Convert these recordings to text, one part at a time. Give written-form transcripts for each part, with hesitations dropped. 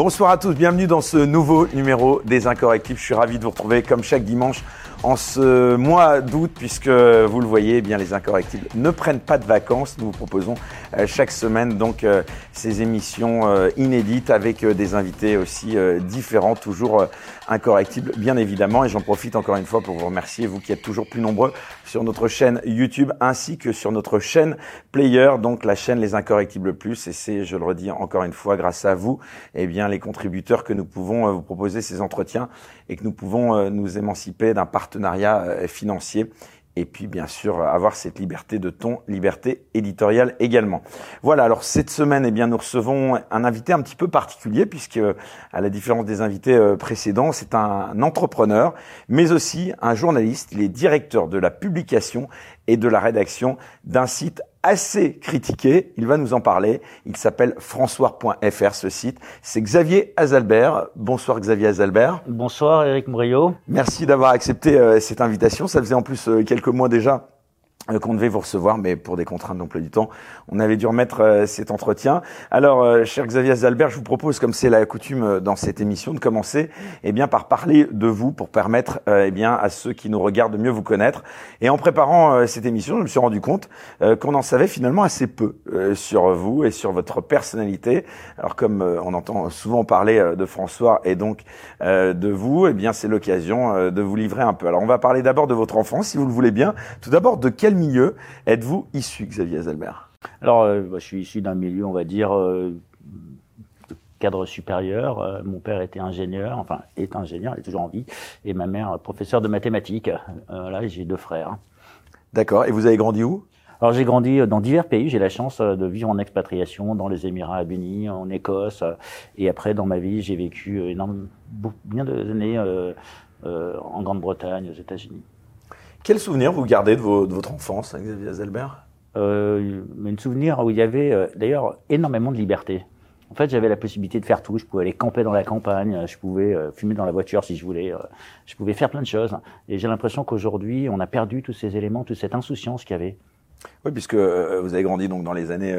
Bonsoir à tous, bienvenue dans ce nouveau numéro des Incorrectibles. Je suis ravi de vous retrouver comme chaque dimanche en ce mois d'août, puisque vous le voyez, eh bien les Incorrectibles ne prennent pas de vacances. Nous vous proposons chaque semaine donc ces émissions inédites avec des invités aussi différents, toujours incorrectibles bien évidemment. Et j'en profite encore une fois pour vous remercier, vous qui êtes toujours plus nombreux sur notre chaîne YouTube ainsi que sur notre chaîne Player, donc la chaîne Les Incorrectibles Plus. Et c'est, je le redis encore une fois, grâce à vous, eh bien les contributeurs, que nous pouvons vous proposer ces entretiens et que nous pouvons nous émanciper d'un partenariat financier. Et puis, bien sûr, avoir cette liberté de ton, liberté éditoriale également. Voilà, alors cette semaine, eh bien, nous recevons un invité un petit peu particulier puisque, à la différence des invités précédents, c'est un entrepreneur, mais aussi un journaliste. Il est directeur de la publication et de la rédaction d'un site assez critiqué. Il va nous en parler. Il s'appelle François.fr, ce site. C'est Xavier Azalbert. Bonsoir Xavier Azalbert. Bonsoir Éric Morillo. Merci d'avoir accepté cette invitation. Ça faisait en plus quelques mois déjà qu'on devait vous recevoir, mais pour des contraintes d'emploi du temps, on avait dû remettre cet entretien. Alors, cher Xavier Azalbert, je vous propose, comme c'est la coutume dans cette émission, de commencer, eh bien, par parler de vous, pour permettre, eh bien, à ceux qui nous regardent de mieux vous connaître. Et en préparant cette émission, je me suis rendu compte qu'on en savait finalement assez peu sur vous et sur votre personnalité. Alors, comme on entend souvent parler de François et donc de vous, eh bien, c'est l'occasion de vous livrer un peu. Alors, on va parler d'abord de votre enfance, si vous le voulez bien. Tout d'abord, de quel milieu êtes-vous issu, Xavier Azalbert? Alors, je suis issu d'un milieu, on va dire, de cadre supérieur. Mon père était ingénieur, enfin, est ingénieur, il est toujours en vie, et ma mère, professeure de mathématiques. Là, j'ai deux frères. D'accord. Et vous avez grandi où? Alors, j'ai grandi dans divers pays. J'ai la chance de vivre en expatriation dans les Émirats Arabes Unis, en Écosse. Et après, dans ma vie, j'ai vécu bien d'années en Grande-Bretagne, aux États-Unis. Quel souvenir vous gardez de votre enfance, Xavier Azalbert? Un souvenir où il y avait d'ailleurs énormément de liberté. En fait, j'avais la possibilité de faire tout. Je pouvais aller camper dans la campagne, je pouvais fumer dans la voiture si je voulais, je pouvais faire plein de choses. Et j'ai l'impression qu'aujourd'hui, on a perdu tous ces éléments, toute cette insouciance qu'il y avait. Oui, puisque vous avez grandi donc dans les années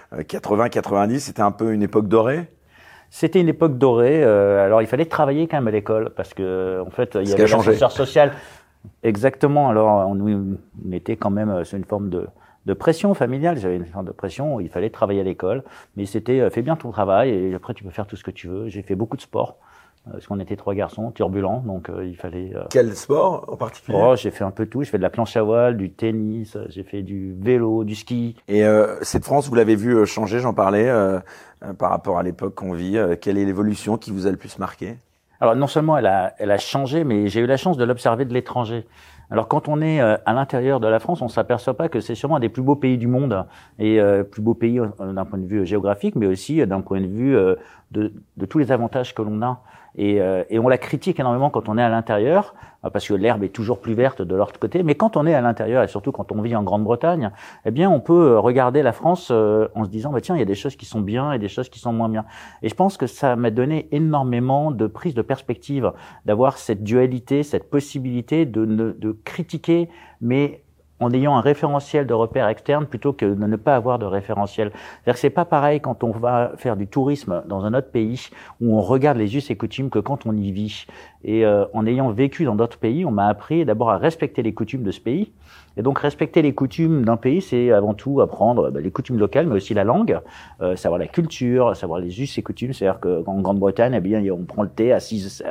80-90, c'était un peu une époque dorée. C'était une époque dorée. Alors, il fallait travailler quand même à l'école parce que, en fait, il y avait l'ascenseur social. Exactement. Alors, on était quand même sur une forme de pression familiale. J'avais une forme de pression où il fallait travailler à l'école. Mais c'était fais bien ton travail et après tu peux faire tout ce que tu veux. J'ai fait beaucoup de sport. Parce qu'on était trois garçons, turbulents, donc il fallait... Quel sport en particulier? J'ai fait un peu tout. J'ai fait de la planche à voile, du tennis, j'ai fait du vélo, du ski. Et cette France, vous l'avez vu changer, j'en parlais, par rapport à l'époque qu'on vit. Quelle est l'évolution qui vous a le plus marqué? Alors non seulement elle a changé, mais j'ai eu la chance de l'observer de l'étranger. Alors quand on est à l'intérieur de la France, on s'aperçoit pas que c'est sûrement un des plus beaux pays du monde, et plus beau pays d'un point de vue géographique, mais aussi d'un point de vue de tous les avantages que l'on a. Et on la critique énormément quand on est à l'intérieur, parce que l'herbe est toujours plus verte de l'autre côté. Mais quand on est à l'intérieur, et surtout quand on vit en Grande-Bretagne, eh bien, on peut regarder la France en se disant, bah tiens, il y a des choses qui sont bien et des choses qui sont moins bien. Et je pense que ça m'a donné énormément de prise de perspective, d'avoir cette dualité, cette possibilité de critiquer, mais en ayant un référentiel de repère externe plutôt que de ne pas avoir de référentiel. C'est-à-dire que c'est pas pareil quand on va faire du tourisme dans un autre pays où on regarde les us et coutumes que quand on y vit. Et en ayant vécu dans d'autres pays, on m'a appris d'abord à respecter les coutumes de ce pays. Et donc respecter les coutumes d'un pays, c'est avant tout apprendre les coutumes locales, mais aussi la langue, savoir la culture, savoir les us et coutumes. C'est-à-dire qu'en Grande-Bretagne, eh bien, on prend le thé à 6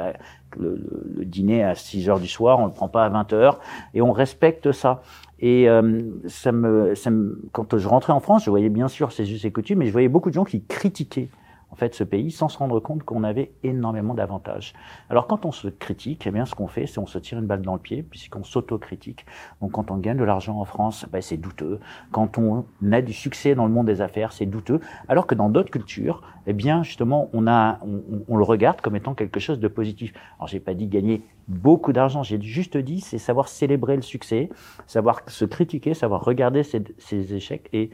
le dîner à 6 heures du soir, on le prend pas à 20 heures, et on respecte ça. Et quand je rentrais en France, je voyais bien sûr ces us et coutumes, mais je voyais beaucoup de gens qui critiquaient en fait ce pays sans se rendre compte qu'on avait énormément d'avantages. Alors quand on se critique, eh bien ce qu'on fait, c'est on se tire une balle dans le pied puisqu'on s'auto-critique. Donc quand on gagne de l'argent en France, c'est douteux. Quand on a du succès dans le monde des affaires, c'est douteux. Alors que dans d'autres cultures, eh bien justement on le regarde comme étant quelque chose de positif. Alors j'ai pas dit gagner beaucoup d'argent, j'ai juste dit c'est savoir célébrer le succès, savoir se critiquer, savoir regarder ses échecs. Et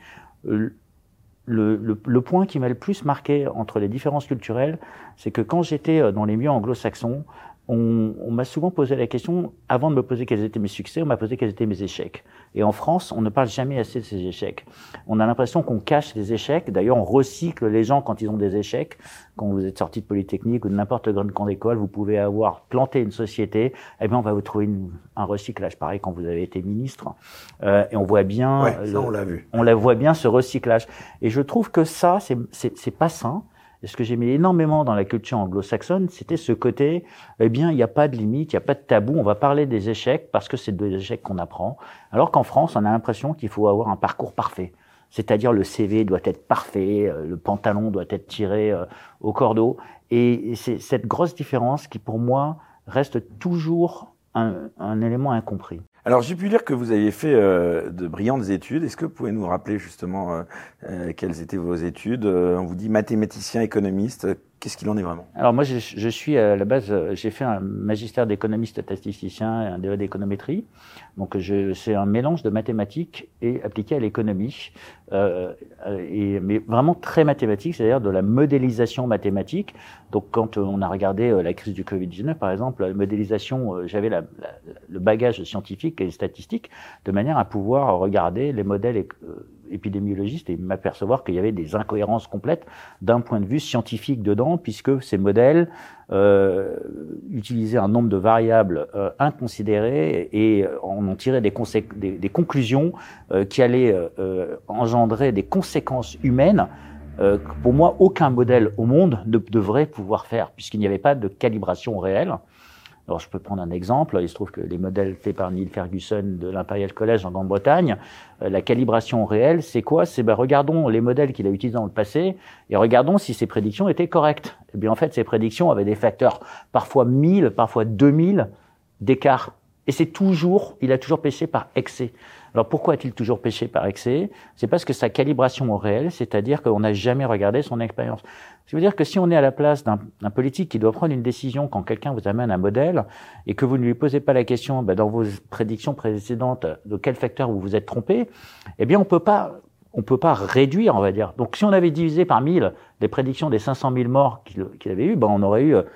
le point qui m'a le plus marqué entre les différences culturelles, c'est que quand j'étais dans les milieux anglo-saxons, on m'a souvent posé la question, avant de me poser quels étaient mes succès, on m'a posé quels étaient mes échecs. Et en France, on ne parle jamais assez de ces échecs. On a l'impression qu'on cache les échecs. D'ailleurs, on recycle les gens quand ils ont des échecs. Quand vous êtes sorti de Polytechnique ou de n'importe quelle grande école, vous pouvez avoir planté une société. Eh bien, on va vous trouver un recyclage. Pareil quand vous avez été ministre. Et on voit bien, ouais, ça, on l'a vu. On la voit bien, ce recyclage. Et je trouve que ça, c'est pas sain. Et ce que j'ai mis énormément dans la culture anglo-saxonne, c'était ce côté, eh bien, il n'y a pas de limite, il n'y a pas de tabou, on va parler des échecs parce que c'est des échecs qu'on apprend. Alors qu'en France, on a l'impression qu'il faut avoir un parcours parfait. C'est-à-dire le CV doit être parfait, le pantalon doit être tiré au cordeau. Et c'est cette grosse différence qui, pour moi, reste toujours un élément incompris. Alors, j'ai pu lire que vous aviez fait de brillantes études. Est-ce que vous pouvez nous rappeler justement quelles étaient vos études? On vous dit mathématicien, économiste. Qu'est-ce qu'il en est vraiment? Alors moi, je suis à la base, j'ai fait un magistère d'économiste statisticien et un DE d'économétrie. Donc c'est un mélange de mathématiques et appliqué à l'économie, mais vraiment très mathématique, c'est-à-dire de la modélisation mathématique. Donc quand on a regardé la crise du Covid-19, par exemple, la modélisation, j'avais le bagage scientifique et statistique de manière à pouvoir regarder les modèles épidémiologistes et m'apercevoir qu'il y avait des incohérences complètes d'un point de vue scientifique dedans, puisque ces modèles utilisaient un nombre de variables inconsidérées et on en tirait des conclusions qui allaient engendrer des conséquences humaines que pour moi aucun modèle au monde ne devrait pouvoir faire, puisqu'il n'y avait pas de calibration réelle. Alors, je peux prendre un exemple. Il se trouve que les modèles faits par Neil Ferguson de l'Imperial College en Grande-Bretagne, la calibration réelle, c'est quoi? C'est regardons les modèles qu'il a utilisés dans le passé et regardons si ses prédictions étaient correctes. Et bien, en fait, ces prédictions avaient des facteurs parfois 1000, parfois 2000 d'écart. Et il a toujours péché par excès. Alors pourquoi a-t-il toujours péché par excès? C'est parce que sa calibration au réel, c'est-à-dire qu'on n'a jamais regardé son expérience. Ce qui veut dire que si on est à la place d'un politique qui doit prendre une décision quand quelqu'un vous amène un modèle et que vous ne lui posez pas la question dans vos prédictions précédentes de quel facteur vous vous êtes trompé, eh bien on peut pas réduire, on va dire. Donc si on avait divisé par 1000 les prédictions des 500 000 morts qu'il avait eu, on aurait eu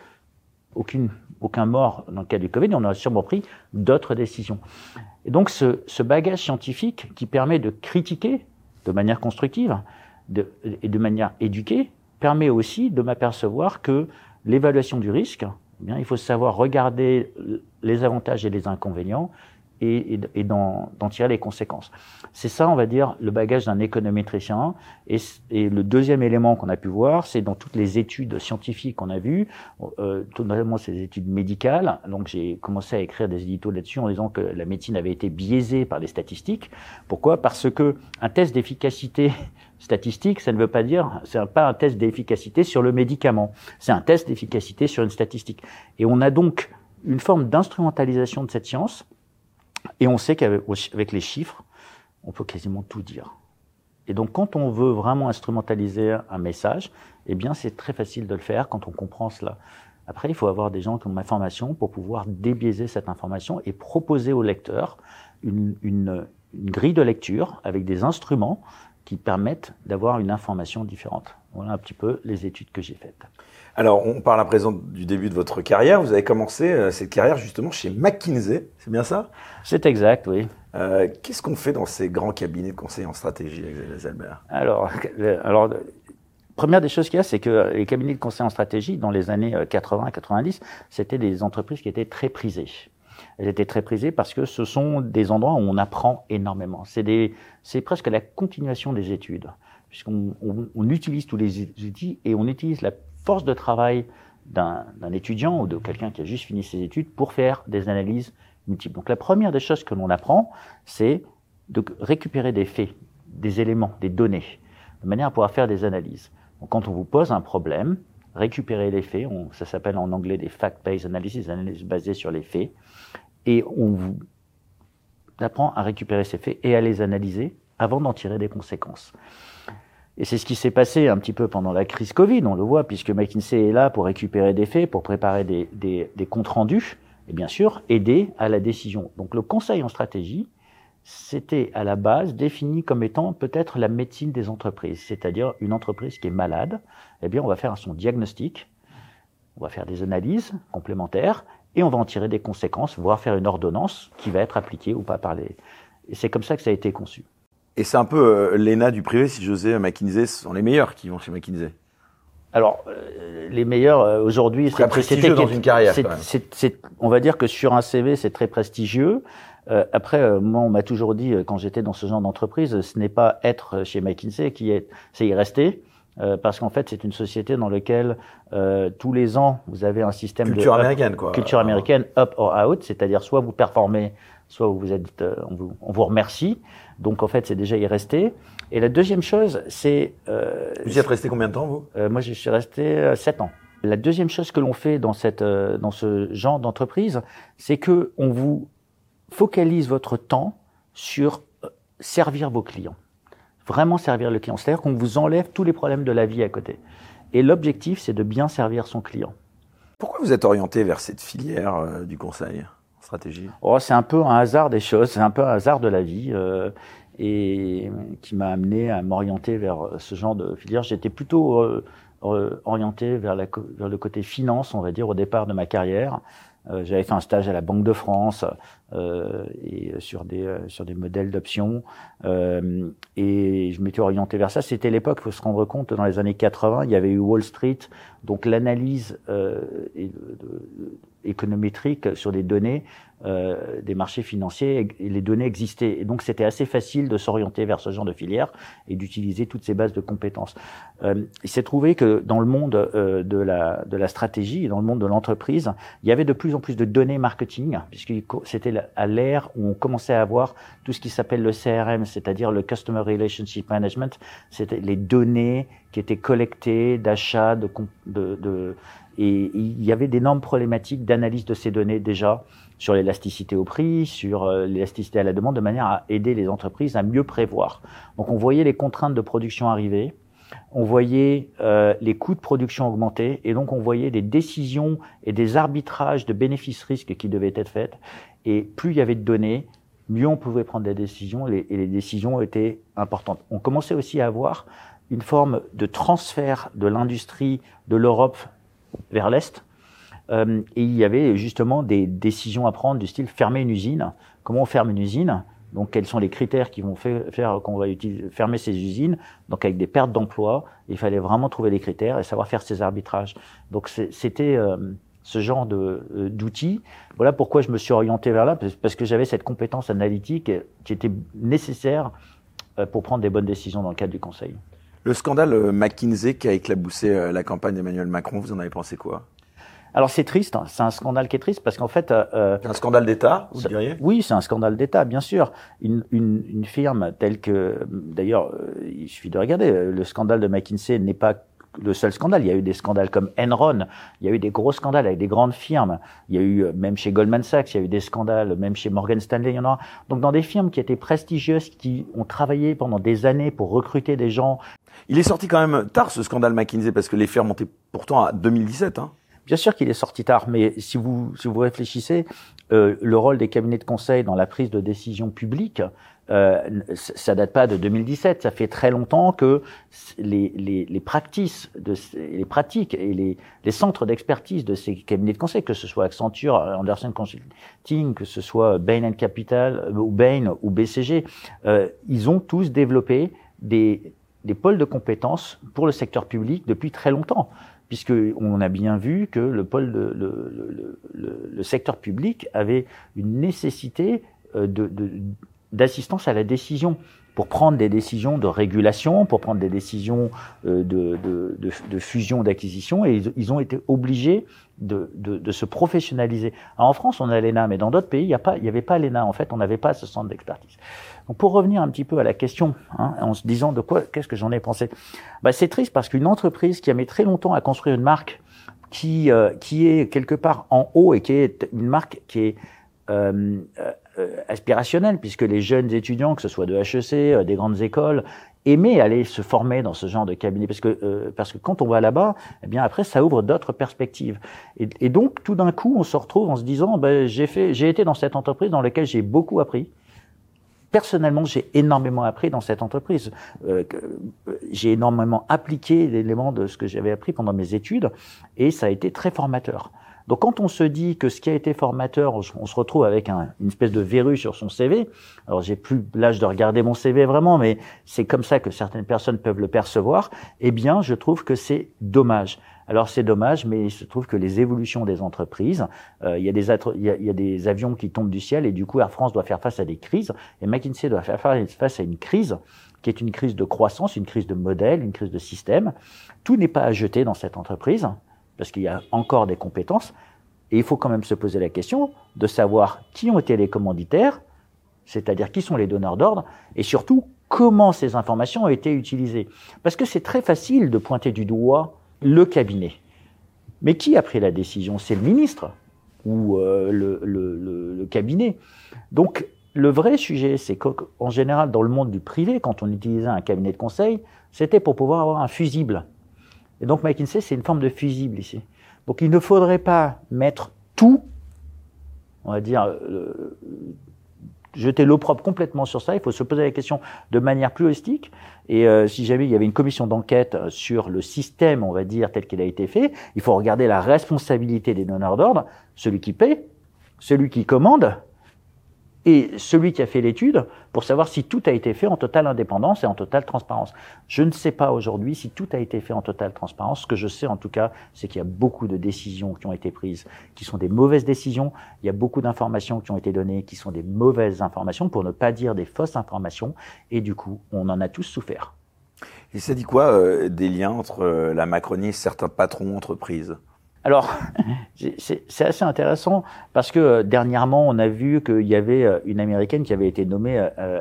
aucun mort dans le cas du Covid, et on aurait sûrement pris d'autres décisions. Et donc ce bagage scientifique qui permet de critiquer de manière constructive et de manière éduquée permet aussi de m'apercevoir que l'évaluation du risque, eh bien, il faut savoir regarder les avantages et les inconvénients et d'en tirer les conséquences. C'est ça, on va dire, le bagage d'un économétricien. Et le deuxième élément qu'on a pu voir, c'est dans toutes les études scientifiques qu'on a vues, notamment ces études médicales. Donc j'ai commencé à écrire des éditos là-dessus en disant que la médecine avait été biaisée par les statistiques. Pourquoi? Parce que un test d'efficacité statistique, ça ne veut pas dire, c'est pas un test d'efficacité sur le médicament. C'est un test d'efficacité sur une statistique. Et on a donc une forme d'instrumentalisation de cette science. Et on sait qu'avec les chiffres, on peut quasiment tout dire. Et donc, quand on veut vraiment instrumentaliser un message, eh bien, c'est très facile de le faire quand on comprend cela. Après, il faut avoir des gens qui ont l'information pour pouvoir débiaiser cette information et proposer au lecteur une grille de lecture avec des instruments qui permettent d'avoir une information différente. Voilà un petit peu les études que j'ai faites. Alors, on parle à présent du début de votre carrière. Vous avez commencé cette carrière justement chez McKinsey, c'est bien ça? C'est exact, oui. Qu'est-ce qu'on fait dans ces grands cabinets de conseil en stratégie, Xavier Zalbert? Alors, première des choses qu'il y a, c'est que les cabinets de conseil en stratégie, dans les années 80-90, c'était des entreprises qui étaient très prisées. Elles étaient très prisées parce que ce sont des endroits où on apprend énormément. C'est presque la continuation des études, puisqu'on utilise tous les outils et on utilise la force de travail d'un étudiant ou de quelqu'un qui a juste fini ses études pour faire des analyses multiples. Donc la première des choses que l'on apprend, c'est de récupérer des faits, des éléments, des données, de manière à pouvoir faire des analyses. Donc quand on vous pose un problème, récupérer les faits, ça s'appelle en anglais des fact-based analysis, des analyses basées sur les faits, et on vous apprend à récupérer ces faits et à les analyser avant d'en tirer des conséquences. Et c'est ce qui s'est passé un petit peu pendant la crise Covid, on le voit, puisque McKinsey est là pour récupérer des faits, pour préparer des comptes rendus, et bien sûr, aider à la décision. Donc le conseil en stratégie, c'était à la base défini comme étant peut-être la médecine des entreprises, c'est-à-dire une entreprise qui est malade, eh bien on va faire son diagnostic, on va faire des analyses complémentaires, et on va en tirer des conséquences, voire faire une ordonnance qui va être appliquée ou pas par les... Et c'est comme ça que ça a été conçu. Et c'est un peu l'ENA du privé, si j'osais, McKinsey, ce sont les meilleurs qui vont chez McKinsey. Alors, les meilleurs aujourd'hui, c'est prestigieux dans une carrière. On va dire que sur un CV, c'est très prestigieux. Après, moi, on m'a toujours dit, quand j'étais dans ce genre d'entreprise, ce n'est pas être chez McKinsey c'est y rester. Parce qu'en fait, c'est une société dans laquelle tous les ans, vous avez un système culture américaine, quoi. Culture américaine, up or out, c'est-à-dire soit vous performez, soit vous êtes, on vous remercie. Donc en fait, c'est déjà y rester. Et la deuxième chose, c'est... vous y êtes resté combien de temps, vous? Moi, je suis resté 7 ans. La deuxième chose que l'on fait dans ce genre d'entreprise, c'est que on vous focalise votre temps sur servir vos clients. Vraiment servir le client. C'est-à-dire qu'on vous enlève tous les problèmes de la vie à côté. Et l'objectif, c'est de bien servir son client. Pourquoi vous êtes orienté vers cette filière du conseil en stratégie? C'est un peu un hasard des choses, c'est un peu un hasard de la vie et qui m'a amené à m'orienter vers ce genre de filière. J'étais plutôt orienté vers le côté finance, on va dire, au départ de ma carrière. J'avais fait un stage à la Banque de France et sur des modèles d'options et je m'étais orienté vers ça. C'était l'époque, il faut se rendre compte, dans les années 80, il y avait eu Wall Street, donc l'analyse économétrique sur des données des marchés financiers, et les données existaient. Et donc, c'était assez facile de s'orienter vers ce genre de filière et d'utiliser toutes ces bases de compétences. Il s'est trouvé que dans le monde de la stratégie et dans le monde de l'entreprise, il y avait de plus en plus de données marketing, puisque c'était à l'ère où on commençait à avoir tout ce qui s'appelle le CRM, c'est-à-dire le Customer Relationship Management. C'était les données qui étaient collectées d'achat, et il y avait d'énormes problématiques d'analyse de ces données déjà sur l'élasticité au prix, sur l'élasticité à la demande, de manière à aider les entreprises à mieux prévoir. Donc on voyait les contraintes de production arriver, on voyait les coûts de production augmenter, et donc on voyait des décisions et des arbitrages de bénéfices-risques qui devaient être faits. Et plus il y avait de données, mieux on pouvait prendre des décisions, et les décisions étaient importantes. On commençait aussi à avoir une forme de transfert de l'industrie de l'Europe vers l'Est. Et il y avait justement des décisions à prendre du style fermer une usine. Comment on ferme une usine? Donc, quels sont les critères qui vont faire qu'on va fermer ces usines? Donc, avec des pertes d'emplois, il fallait vraiment trouver les critères et savoir faire ces arbitrages. Donc, c'était ce genre d'outils. Voilà pourquoi je me suis orienté vers là, parce que j'avais cette compétence analytique qui était nécessaire pour prendre des bonnes décisions dans le cadre du conseil. Le scandale McKinsey qui a éclaboussé la campagne d'Emmanuel Macron, vous en avez pensé quoi? Alors c'est triste, hein. C'est un scandale qui est triste parce qu'en fait... un scandale d'État, vous diriez? Oui, c'est un scandale d'État, bien sûr. Une firme telle que... D'ailleurs, il suffit de regarder, le scandale de McKinsey n'est pas le seul scandale. Il y a eu des scandales comme Enron, il y a eu des gros scandales avec des grandes firmes. Il y a eu, même chez Goldman Sachs, il y a eu des scandales, même chez Morgan Stanley, il y en a. Donc dans des firmes qui étaient prestigieuses, qui ont travaillé pendant des années pour recruter des gens. Il est sorti quand même tard, ce scandale McKinsey, parce que les faits remontaient pourtant à 2017, hein. Bien sûr qu'il est sorti tard, mais si vous réfléchissez, le rôle des cabinets de conseil dans la prise de décision publique, ça date pas de 2017. Ça fait très longtemps que les pratiques et les centres d'expertise de ces cabinets de conseil, que ce soit Accenture, Andersen Consulting, que ce soit Bain & Capital ou Bain ou BCG, ils ont tous développé des pôles de compétences pour le secteur public depuis très longtemps. Puisque on a bien vu que le secteur public avait une nécessité d'assistance à la décision pour prendre des décisions de régulation, pour prendre des décisions de fusion, d'acquisition, et ils ont été obligés de se professionnaliser. Alors en France, on a l'ENA, mais dans d'autres pays, il y avait pas l'ENA. En fait, on n'avait pas ce centre d'expertise. Donc pour revenir un petit peu à la question, hein, en se disant qu'est-ce que j'en ai pensé, c'est triste parce qu'une entreprise qui a mis très longtemps à construire une marque qui est quelque part en haut et qui est une marque qui est aspirationnelle, puisque les jeunes étudiants, que ce soit de HEC, des grandes écoles, aimaient aller se former dans ce genre de cabinet, parce que quand on va là-bas, eh bien après ça ouvre d'autres perspectives. Et donc tout d'un coup, on se retrouve en se disant, j'ai été dans cette entreprise dans laquelle j'ai beaucoup appris. Personnellement, j'ai énormément appris dans cette entreprise. J'ai énormément appliqué l'élément de ce que j'avais appris pendant mes études, et ça a été très formateur. Donc quand on se dit que ce qui a été formateur, on se retrouve avec une espèce de verrue sur son CV. Alors j'ai plus l'âge de regarder mon CV vraiment, mais c'est comme ça que certaines personnes peuvent le percevoir. Eh bien, je trouve que c'est dommage. Alors c'est dommage, mais il se trouve que les évolutions des entreprises, il y a des avions qui tombent du ciel et du coup Air France doit faire face à des crises et McKinsey doit faire face à une crise qui est une crise de croissance, une crise de modèle, une crise de système. Tout n'est pas à jeter dans cette entreprise parce qu'il y a encore des compétences et il faut quand même se poser la question de savoir qui ont été les commanditaires, c'est-à-dire qui sont les donneurs d'ordre et surtout comment ces informations ont été utilisées. Parce que c'est très facile de pointer du doigt le cabinet. Mais qui a pris la décision? C'est le ministre ou le cabinet. Donc, le vrai sujet, c'est qu'en général, dans le monde du privé, quand on utilisait un cabinet de conseil, c'était pour pouvoir avoir un fusible. Et donc, McKinsey, c'est une forme de fusible ici. Donc, il ne faudrait pas mettre tout, on va dire, jeter l'opprobre complètement sur ça. Il faut se poser la question de manière plus holistique. Et si jamais il y avait une commission d'enquête sur le système, on va dire, tel qu'il a été fait, il faut regarder la responsabilité des donneurs d'ordre, celui qui paie, celui qui commande et celui qui a fait l'étude pour savoir si tout a été fait en totale indépendance et en totale transparence. Je ne sais pas aujourd'hui si tout a été fait en totale transparence. Ce que je sais en tout cas, c'est qu'il y a beaucoup de décisions qui ont été prises, qui sont des mauvaises décisions. Il y a beaucoup d'informations qui ont été données, qui sont des mauvaises informations, pour ne pas dire des fausses informations. Et du coup, on en a tous souffert. Et ça dit quoi des liens entre la Macronie et certains patrons d'entreprises? Alors, c'est assez intéressant parce que dernièrement, on a vu qu'il y avait une Américaine qui avait été nommée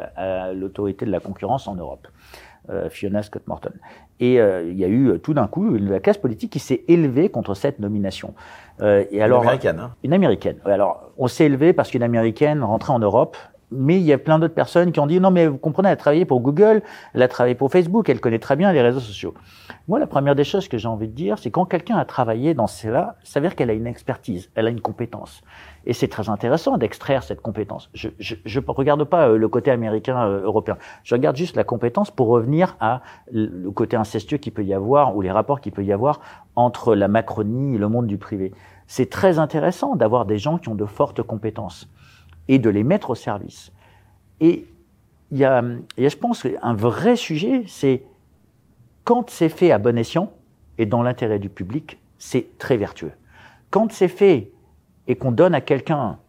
à l'autorité de la concurrence en Europe, Fiona Scott-Morton. Et il y a eu tout d'un coup la classe politique qui s'est élevée contre cette nomination. Et alors, une Américaine, hein? Une Américaine. Alors, on s'est élevé parce qu'une Américaine rentrait en Europe. Mais il y a plein d'autres personnes qui ont dit non mais vous comprenez, elle a travaillé pour Google, elle a travaillé pour Facebook, elle connaît très bien les réseaux sociaux. Moi, la première des choses que j'ai envie de dire, c'est quand quelqu'un a travaillé dans cela, ça veut dire qu'elle a une expertise, elle a une compétence. Et c'est très intéressant d'extraire cette compétence. Je regarde pas le côté américain, européen. Je regarde juste la compétence pour revenir à le côté incestueux qu'il peut y avoir ou les rapports qu'il peut y avoir entre la Macronie et le monde du privé. C'est très intéressant d'avoir des gens qui ont de fortes compétences et de les mettre au service. Et il y a, je pense, un vrai sujet, c'est quand c'est fait à bon escient et dans l'intérêt du public, c'est très vertueux. Quand c'est fait et qu'on donne à quelqu'un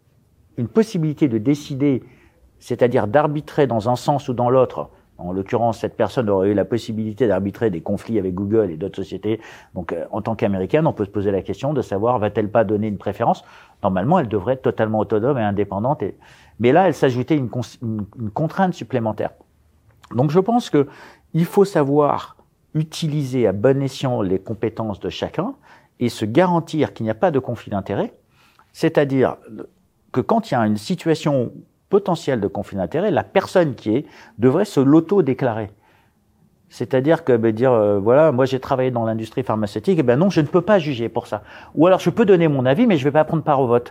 une possibilité de décider, c'est-à-dire d'arbitrer dans un sens ou dans l'autre, en l'occurrence, cette personne aurait eu la possibilité d'arbitrer des conflits avec Google et d'autres sociétés. Donc, en tant qu'Américaine, on peut se poser la question de savoir, va-t-elle pas donner une préférence? Normalement, elle devrait être totalement autonome et indépendante. Mais là, elle s'ajoutait une contrainte supplémentaire. Donc, je pense que il faut savoir utiliser à bon escient les compétences de chacun et se garantir qu'il n'y a pas de conflit d'intérêts. C'est-à-dire que quand il y a une situation potentiel de conflit d'intérêt, la personne qui est devrait se l'auto-déclarer. C'est-à-dire que voilà, moi j'ai travaillé dans l'industrie pharmaceutique, et non, je ne peux pas juger pour ça. Ou alors je peux donner mon avis, mais je ne vais pas prendre part au vote.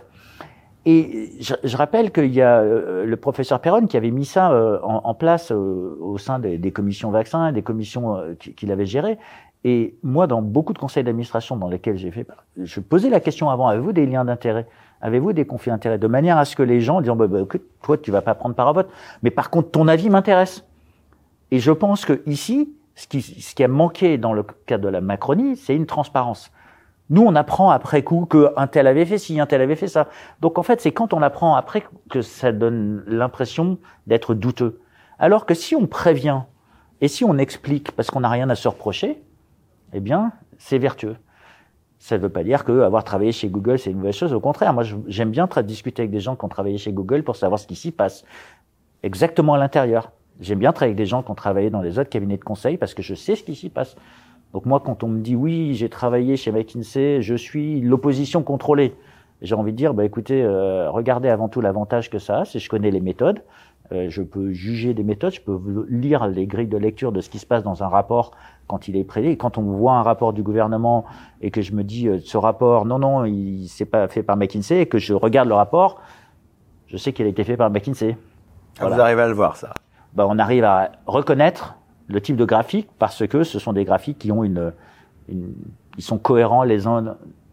Et je rappelle qu'il y a le professeur Perron qui avait mis ça en place au sein des commissions vaccins, des commissions qu'il avait gérées. Et moi, dans beaucoup de conseils d'administration dans lesquels j'ai fait, je posais la question avant, avez-vous des liens d'intérêt? Avez-vous des conflits d'intérêt? De manière à ce que les gens disent, écoute, toi, tu vas pas prendre part au vote. Mais par contre, ton avis m'intéresse. Et je pense que ici, ce qui a manqué dans le cas de la Macronie, c'est une transparence. Nous, on apprend après coup qu'un tel avait fait ci, un tel avait fait ça. Donc, en fait, c'est quand on apprend après que ça donne l'impression d'être douteux. Alors que si on prévient et si on explique parce qu'on n'a rien à se reprocher, eh bien, c'est vertueux. Ça ne veut pas dire que avoir travaillé chez Google, c'est une mauvaise chose. Au contraire, moi, j'aime bien discuter avec des gens qui ont travaillé chez Google pour savoir ce qui s'y passe exactement à l'intérieur. J'aime bien travailler avec des gens qui ont travaillé dans les autres cabinets de conseil parce que je sais ce qui s'y passe. Donc moi, quand on me dit oui, j'ai travaillé chez McKinsey, je suis l'opposition contrôlée, j'ai envie de dire, écoutez, regardez avant tout l'avantage que ça a, c'est que je connais les méthodes. Je peux juger des méthodes, je peux lire les grilles de lecture de ce qui se passe dans un rapport quand il est prédit. Et quand on voit un rapport du gouvernement et que je me dis, ce rapport, non, il s'est pas fait par McKinsey, et que je regarde le rapport, je sais qu'il a été fait par McKinsey. Voilà. Vous arrivez à le voir, ça? On arrive à reconnaître le type de graphique parce que ce sont des graphiques qui ont ils sont cohérents les uns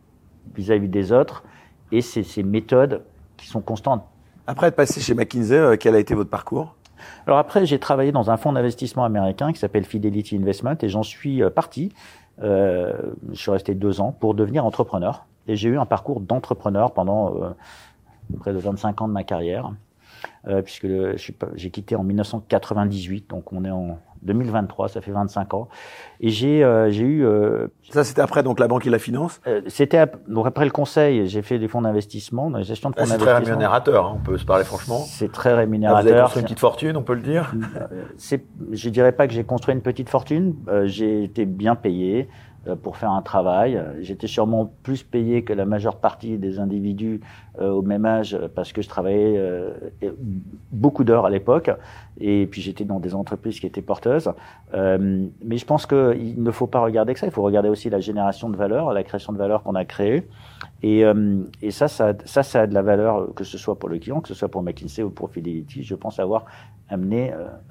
vis-à-vis des autres, et c'est ces méthodes qui sont constantes. Après être passé chez McKinsey, quel a été votre parcours? Alors après, j'ai travaillé dans un fonds d'investissement américain qui s'appelle Fidelity Investment, et j'en suis parti. Je suis resté 2 ans pour devenir entrepreneur, et j'ai eu un parcours d'entrepreneur pendant près de 25 ans de ma carrière, puisque j'ai quitté en 1998, donc on est en 2023, ça fait 25 ans. Et j'ai eu... Ça, c'était après donc la banque et la finance? Donc après le conseil, j'ai fait des fonds d'investissement, dans la gestion de fonds d'investissement. C'est très rémunérateur, on peut se parler franchement. C'est très rémunérateur. Vous avez construit une petite fortune, on peut le dire? Je dirais pas que j'ai construit une petite fortune. J'ai été bien payé pour faire un travail. J'étais sûrement plus payé que la majeure partie des individus au même âge parce que je travaillais beaucoup d'heures à l'époque, et puis j'étais dans des entreprises qui étaient porteuses. Mais je pense qu'il ne faut pas regarder que ça, il faut regarder aussi la génération de valeur, la création de valeur qu'on a créée. Et ça a de la valeur, que ce soit pour le client, que ce soit pour McKinsey ou pour Fidelity. Je pense avoir amené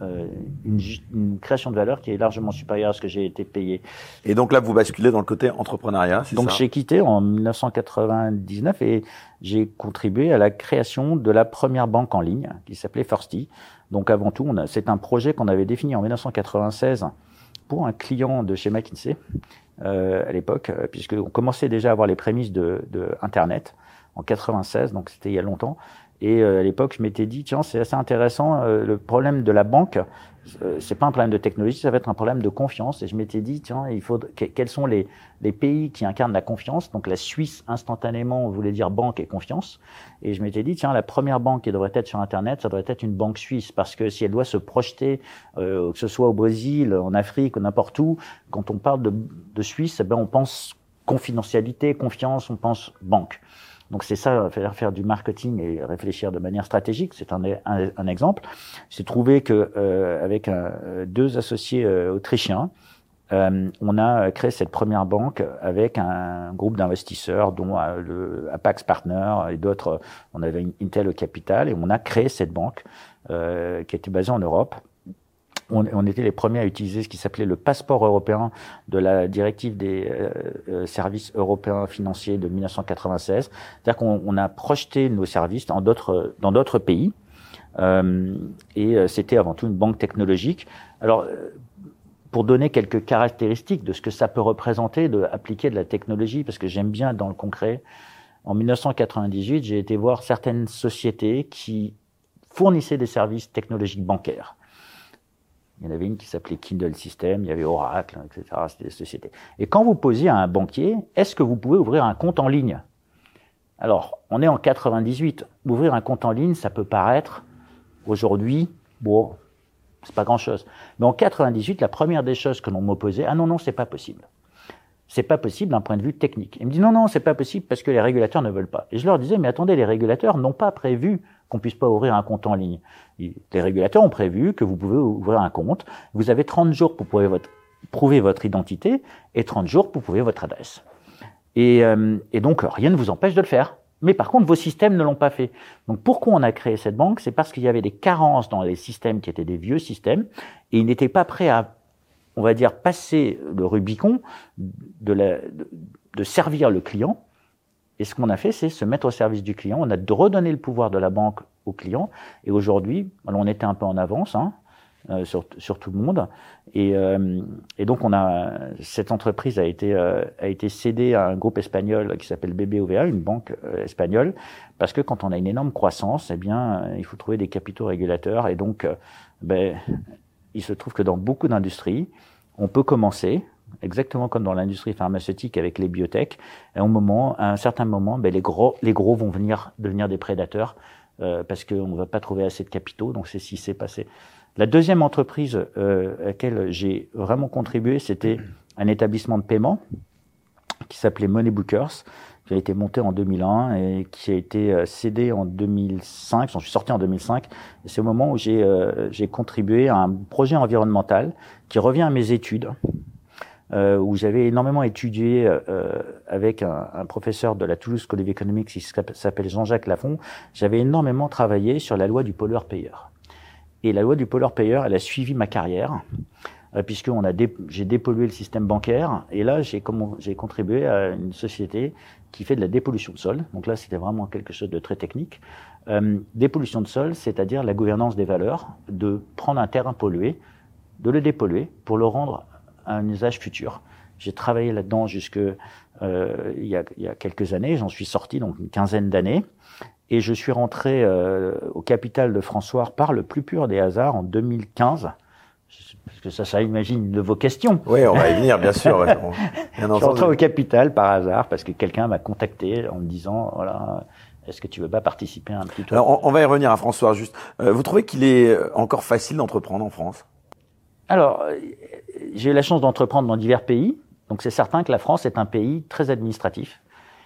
une création de valeur qui est largement supérieure à ce que j'ai été payé. Et donc là, vous basculez dans le côté entrepreneuriat, c'est ça? Donc j'ai quitté en 1999 et j'ai contribué à la création de la première banque en ligne qui s'appelait Firsty. Donc avant tout, c'est un projet qu'on avait défini en 1996 pour un client de chez McKinsey à l'époque, puisqu'on commençait déjà à avoir les prémices de Internet en 96, donc c'était il y a longtemps. Et à l'époque, je m'étais dit, tiens, c'est assez intéressant, le problème de la banque, c'est pas un problème de technologie, ça va être un problème de confiance. Et je m'étais dit, tiens, quels sont les pays qui incarnent la confiance? Donc la Suisse, instantanément, voulait dire banque et confiance. Et je m'étais dit, tiens, la première banque qui devrait être sur Internet, ça devrait être une banque suisse. Parce que si elle doit se projeter, que ce soit au Brésil, en Afrique ou n'importe où, quand on parle de Suisse, eh ben, on pense confidentialité, confiance, on pense banque. Donc c'est ça, faire du marketing et réfléchir de manière stratégique, c'est un exemple. J'ai trouvé que avec 2 associés autrichiens, on a créé cette première banque avec un groupe d'investisseurs, dont le Apax Partner et d'autres. On avait Intel Capital et on a créé cette banque qui était basée en Europe. On était les premiers à utiliser ce qui s'appelait le passeport européen de la directive des services européens financiers de 1996. C'est-à-dire qu'on a projeté nos services dans d'autres pays. Et c'était avant tout une banque technologique. Alors, pour donner quelques caractéristiques de ce que ça peut représenter d'appliquer de la technologie, parce que j'aime bien dans le concret, en 1998, j'ai été voir certaines sociétés qui fournissaient des services technologiques bancaires. Il y en avait une qui s'appelait Kindle System, il y avait Oracle, etc. C'était des sociétés. Et quand vous posiez à un banquier, est-ce que vous pouvez ouvrir un compte en ligne? Alors, on est en 98. Ouvrir un compte en ligne, ça peut paraître, aujourd'hui, bon, c'est pas grand-chose. Mais en 98, la première des choses que l'on m'opposait, ah non, c'est pas possible. C'est pas possible d'un point de vue technique. Ils me disent non, c'est pas possible parce que les régulateurs ne veulent pas. Et je leur disais, mais attendez, les régulateurs n'ont pas prévu qu'on puisse pas ouvrir un compte en ligne. Les régulateurs ont prévu que vous pouvez ouvrir un compte. Vous avez 30 jours pour prouver votre identité et 30 jours pour prouver votre adresse. Et donc, rien ne vous empêche de le faire. Mais par contre, vos systèmes ne l'ont pas fait. Donc, pourquoi on a créé cette banque? C'est parce qu'il y avait des carences dans les systèmes qui étaient des vieux systèmes et ils n'étaient pas prêts à, on va dire, passer le Rubicon de servir le client. Et ce qu'on a fait, c'est se mettre au service du client. On a redonné le pouvoir de la banque au client. Et aujourd'hui, alors on était un peu en avance sur tout le monde. Et donc, cette entreprise a été cédée à un groupe espagnol qui s'appelle BBVA, une banque espagnole, parce que quand on a une énorme croissance, eh bien, il faut trouver des capitaux régulateurs. Et donc, il se trouve que dans beaucoup d'industries, on peut commencer, exactement comme dans l'industrie pharmaceutique avec les biotech, à un certain moment, les gros vont devenir des prédateurs parce qu'on ne va pas trouver assez de capitaux. Donc c'est ce qui s'est passé. La deuxième entreprise à laquelle j'ai vraiment contribué, c'était un établissement de paiement qui s'appelait Money Bookers, qui a été monté en 2001 et qui a été cédé en 2005. J'en suis sorti en 2005. Et c'est au moment où j'ai contribué à un projet environnemental qui revient à mes études, où j'avais énormément étudié avec un professeur de la Toulouse School of Economics qui s'appelle Jean-Jacques Lafont. J'avais énormément travaillé sur la loi du pollueur-payeur. Et la loi du pollueur-payeur, elle a suivi ma carrière, puisque j'ai dépollué le système bancaire. Et là, j'ai contribué à une société qui fait de la dépollution de sol. Donc là, c'était vraiment quelque chose de très technique. Dépollution de sol, c'est-à-dire la gouvernance des valeurs, de prendre un terrain pollué, de le dépolluer pour le rendre à un usage futur. J'ai travaillé là-dedans jusque il y a quelques années. J'en suis sorti, donc une quinzaine d'années. Et je suis rentré au capital de François par le plus pur des hasards en 2015. Parce que ça imagine de vos questions. Oui, on va y venir, bien sûr. Je suis rentré au capital par hasard parce que quelqu'un m'a contacté en me disant, voilà, est-ce que tu veux pas participer à un petit tour? Alors, on va y revenir à François, juste. Vous trouvez qu'il est encore facile d'entreprendre en France? Alors, j'ai eu la chance d'entreprendre dans divers pays. Donc, c'est certain que la France est un pays très administratif,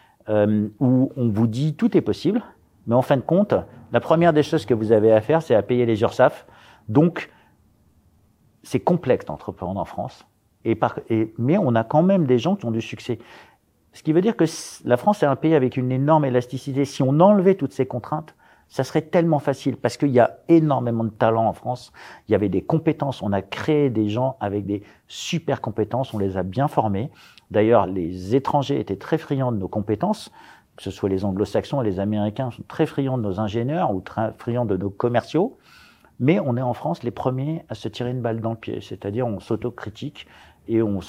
où on vous dit tout est possible. Mais en fin de compte, la première des choses que vous avez à faire, c'est à payer les URSSAF. Donc, c'est complexe d'entreprendre en France. Mais on a quand même des gens qui ont du succès. Ce qui veut dire que la France est un pays avec une énorme élasticité. Si on enlevait toutes ces contraintes, ça serait tellement facile parce qu'il y a énormément de talent en France. Il y avait des compétences. On a créé des gens avec des super compétences. On les a bien formés. D'ailleurs, les étrangers étaient très friands de nos compétences, que ce soit les anglo-saxons et les américains sont très friands de nos ingénieurs ou très friands de nos commerciaux. Mais on est en France les premiers à se tirer une balle dans le pied. C'est-à-dire, on s'autocritique et on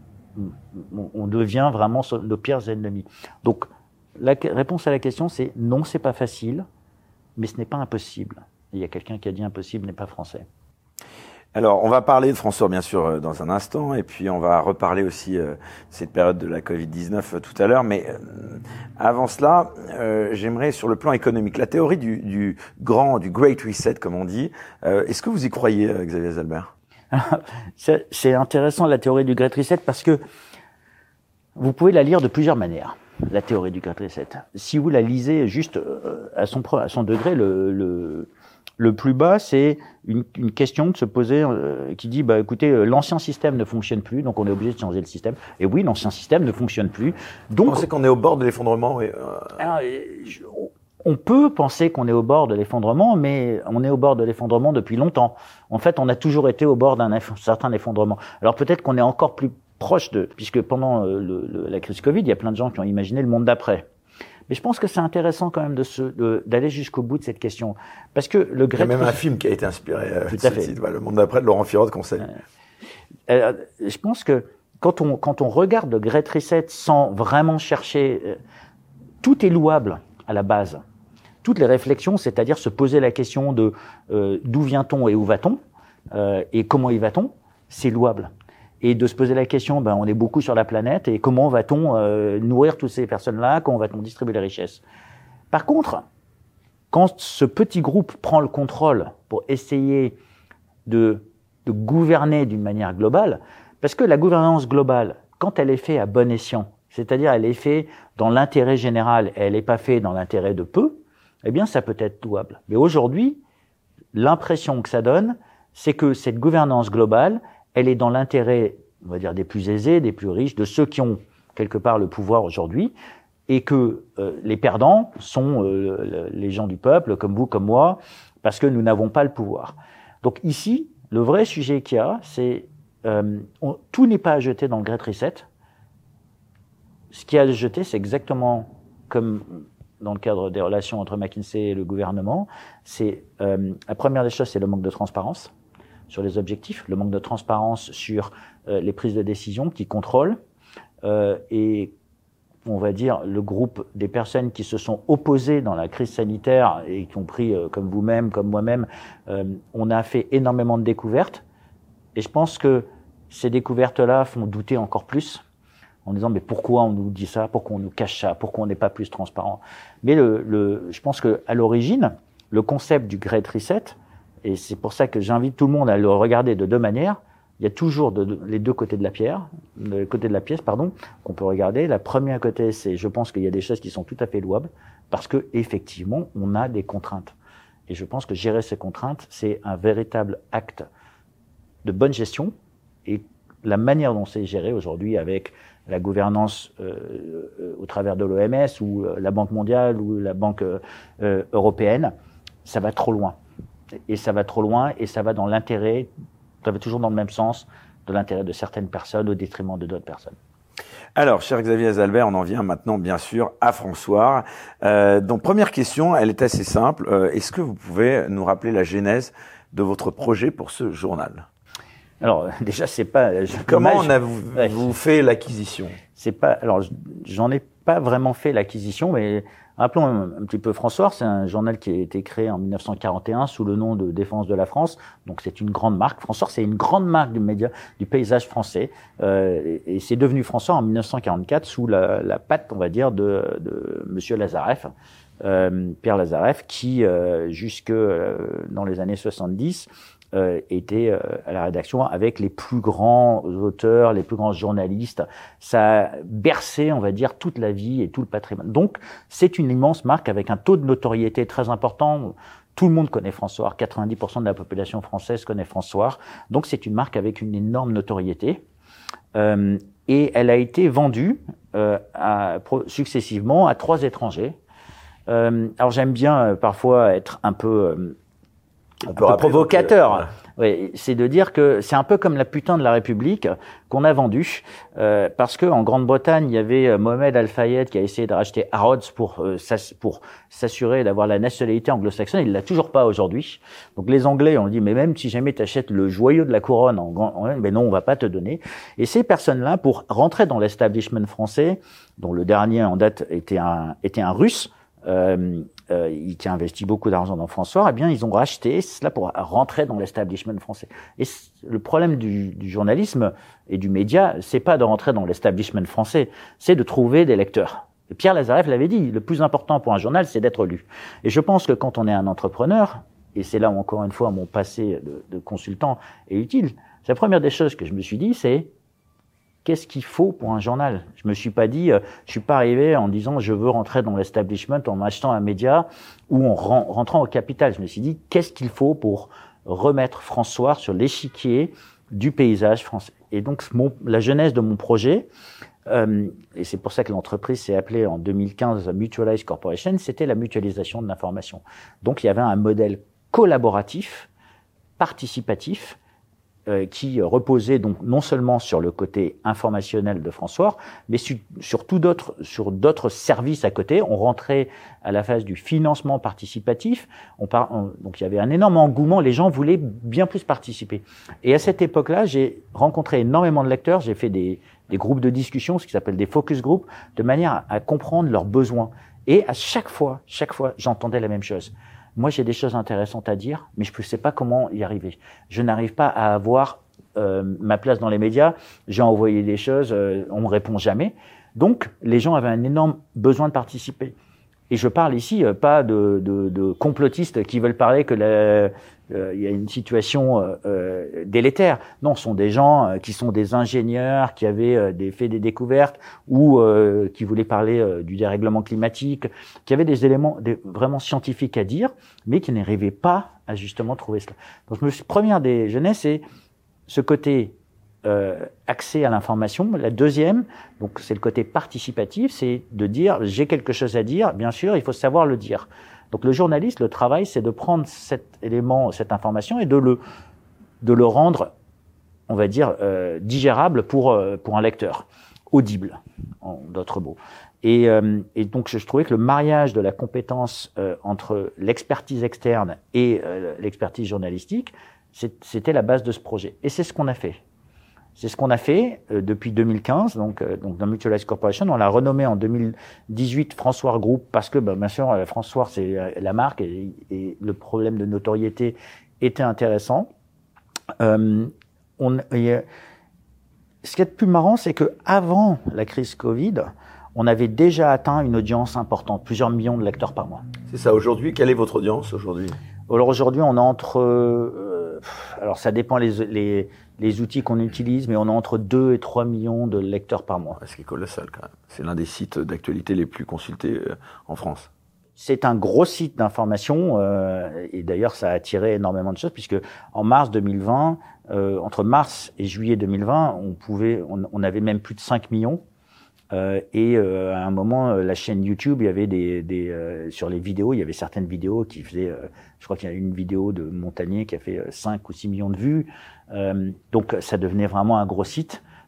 devient vraiment nos pires ennemis. Donc, la réponse à la question, c'est non, c'est pas facile, mais ce n'est pas impossible. Et il y a quelqu'un qui a dit impossible n'est pas français. Alors, on va parler de François, bien sûr, dans un instant, et puis on va reparler aussi de cette période de la Covid-19 tout à l'heure. Mais avant cela, j'aimerais, sur le plan économique, la théorie du Great Reset, comme on dit, est-ce que vous y croyez, Xavier Zalbert? C'est intéressant, la théorie du Great Reset, parce que vous pouvez la lire de plusieurs manières, la théorie du Great Reset. Si vous la lisez juste à son degré, le plus bas, c'est une question de se poser qui dit, bah écoutez, l'ancien système ne fonctionne plus, donc on est obligé de changer le système. Et oui, l'ancien système ne fonctionne plus. Donc, on sait qu'on est au bord de l'effondrement. Oui. On peut penser qu'on est au bord de l'effondrement, mais on est au bord de l'effondrement depuis longtemps. En fait, on a toujours été au bord d'un certain effondrement. Alors peut-être qu'on est encore plus proche puisque pendant la crise Covid, il y a plein de gens qui ont imaginé le monde d'après. Mais je pense que c'est intéressant quand même d'aller jusqu'au bout de cette question. Parce que le Great Il y a même un film qui a été inspiré tout à fait. Le monde d'après de Laurent Firode qu'on sait. Je pense que quand on regarde le Great Reset sans vraiment chercher, tout est louable à la base. Toutes les réflexions, c'est-à-dire se poser la question de d'où vient-on et où va-t-on et comment y va-t-on, c'est louable. Et de se poser la question, on est beaucoup sur la planète et comment va-t-on nourrir toutes ces personnes-là, comment va-t-on distribuer les richesses. Par contre, quand ce petit groupe prend le contrôle pour essayer de gouverner d'une manière globale, parce que la gouvernance globale, quand elle est faite à bon escient, c'est-à-dire elle est faite dans l'intérêt général et elle n'est pas faite dans l'intérêt de peu, eh bien ça peut être louable. Mais aujourd'hui, l'impression que ça donne, c'est que cette gouvernance globale, elle est dans l'intérêt, on va dire, des plus aisés, des plus riches, de ceux qui ont quelque part le pouvoir aujourd'hui, et que les perdants sont les gens du peuple, comme vous, comme moi, parce que nous n'avons pas le pouvoir. Donc ici, le vrai sujet qu'il y a, c'est tout n'est pas à jeter dans le Great Reset. Ce qui est à jeter, c'est exactement comme dans le cadre des relations entre McKinsey et le gouvernement. C'est la première des choses, c'est le manque de transparence sur les objectifs, le manque de transparence sur les prises de décision qui contrôlent et on va dire le groupe des personnes qui se sont opposées dans la crise sanitaire et qui ont pris, comme vous-même, comme moi-même, on a fait énormément de découvertes et je pense que ces découvertes-là font douter encore plus en disant mais pourquoi on nous dit ça, pourquoi on nous cache ça, pourquoi on n'est pas plus transparent. Mais je pense que à l'origine, le concept du Great Reset, et c'est pour ça que j'invite tout le monde à le regarder de deux manières. Il y a toujours les deux côtés de la pièce, qu'on peut regarder. La première côté, c'est, je pense qu'il y a des choses qui sont tout à fait louables, parce que, effectivement, on a des contraintes. Et je pense que gérer ces contraintes, c'est un véritable acte de bonne gestion. Et la manière dont c'est géré aujourd'hui avec la gouvernance au travers de l'OMS ou la Banque mondiale ou la Banque européenne, ça va trop loin. Et ça va trop loin et ça va dans l'intérêt, ça va toujours dans le même sens, de l'intérêt de certaines personnes au détriment de d'autres personnes. Alors, cher Xavier Azalbert, on en vient maintenant, bien sûr, à François. Donc, première question, elle est assez simple. Est-ce que vous pouvez nous rappeler la genèse de votre projet pour ce journal? Alors, déjà, c'est pas... Comment avez-vous fait l'acquisition? C'est pas... Alors, j'en ai pas vraiment fait l'acquisition, mais rappelons un petit peu François. C'est un journal qui a été créé en 1941 sous le nom de Défense de la France. Donc, c'est une grande marque. François, c'est une grande marque du média, du paysage français. Et c'est devenu François en 1944 sous la patte, on va dire, de Monsieur Lazareff. Pierre Lazareff, qui, jusque dans les années 70, était à la rédaction avec les plus grands auteurs, les plus grands journalistes. Ça a bercé, on va dire, toute la vie et tout le patrimoine. Donc, c'est une immense marque avec un taux de notoriété très important. Tout le monde connaît François. 90% de la population française connaît François. Donc, c'est une marque avec une énorme notoriété. Et elle a été vendue successivement à 3 étrangers. Alors, j'aime bien parfois être un peu provocateur. Oui, c'est de dire que c'est un peu comme la putain de la République qu'on a vendue, parce que en Grande-Bretagne, il y avait Mohamed Al-Fayed qui a essayé de racheter Harrods pour s'assurer d'avoir la nationalité anglo-saxonne. Il l'a toujours pas aujourd'hui. Donc les Anglais ont dit mais même si jamais tu achètes le joyau de la couronne, mais non, on va pas te donner. Et ces personnes-là, pour rentrer dans l'establishment français, dont le dernier en date était un Russe. Qui a investi beaucoup d'argent dans François, eh bien, ils ont racheté cela pour rentrer dans l'establishment français. Et le problème du journalisme et du média, c'est pas de rentrer dans l'establishment français, c'est de trouver des lecteurs. Et Pierre Lazareff l'avait dit, le plus important pour un journal, c'est d'être lu. Et je pense que quand on est un entrepreneur, et c'est là où, encore une fois, mon passé de consultant est utile, la première des choses que je me suis dit, c'est qu'est-ce qu'il faut pour un journal? Je me suis pas dit, je suis pas arrivé en disant je veux rentrer dans l'establishment en m'achetant un média ou en rentrant au capital. Je me suis dit qu'est-ce qu'il faut pour remettre François sur l'échiquier du paysage français. Et donc la genèse de mon projet, et c'est pour ça que l'entreprise s'est appelée en 2015 Mutualize Corporation, c'était la mutualisation de l'information. Donc il y avait un modèle collaboratif, participatif, qui reposait donc non seulement sur le côté informationnel de François, mais sur d'autres services à côté. On rentrait à la phase du financement participatif. Donc il y avait un énorme engouement. Les gens voulaient bien plus participer. Et à cette époque-là, j'ai rencontré énormément de lecteurs. J'ai fait des groupes de discussion, ce qui s'appelle des focus groups, de manière à comprendre leurs besoins. Et à chaque fois, j'entendais la même chose. Moi, j'ai des choses intéressantes à dire, mais je ne sais pas comment y arriver. Je n'arrive pas à avoir ma place dans les médias. J'ai envoyé des choses, on me répond jamais. Donc, les gens avaient un énorme besoin de participer. Et je parle ici pas de complotistes qui veulent parler que il y a une situation délétère. Non, ce sont des gens qui sont des ingénieurs, qui avaient fait des découvertes ou qui voulaient parler du dérèglement climatique, qui avaient des éléments vraiment scientifiques à dire, mais qui n'arrivaient pas à justement trouver cela. Donc, première des jeunesses, c'est ce côté accès à l'information. La deuxième, donc c'est le côté participatif, c'est de dire j'ai quelque chose à dire. Bien sûr, il faut savoir le dire. Donc le journaliste, le travail, c'est de prendre cet élément, cette information et de le rendre, on va dire, digérable pour un lecteur, audible, en d'autres mots. Et donc je trouvais que le mariage de la compétence entre l'expertise externe et l'expertise journalistique, c'était la base de ce projet. Et c'est ce qu'on a fait. C'est ce qu'on a fait depuis 2015, donc dans Mutualize Corporation. On l'a renommé en 2018 François Group parce que, bien sûr, François, c'est la marque et le problème de notoriété était intéressant. Ce qui est le plus marrant, c'est que avant la crise Covid, on avait déjà atteint une audience importante, plusieurs millions de lecteurs par mois. C'est ça. Aujourd'hui, quelle est votre audience aujourd'hui? Alors aujourd'hui, on a alors ça dépend les outils qu'on utilise, mais on a entre 2 et 3 millions de lecteurs par mois. Ce qui est colossal quand même. C'est l'un des sites d'actualité les plus consultés en France. C'est un gros site d'information et d'ailleurs ça a attiré énormément de choses puisque en mars 2020, entre mars et juillet 2020, on avait même plus de 5 millions. Et à un moment, la chaîne YouTube, il y avait sur les vidéos, il y avait certaines vidéos qui faisaient, je crois qu'il y a une vidéo de Montagnier qui a fait 5 ou 6 millions de vues. Donc ça devenait vraiment un gros site.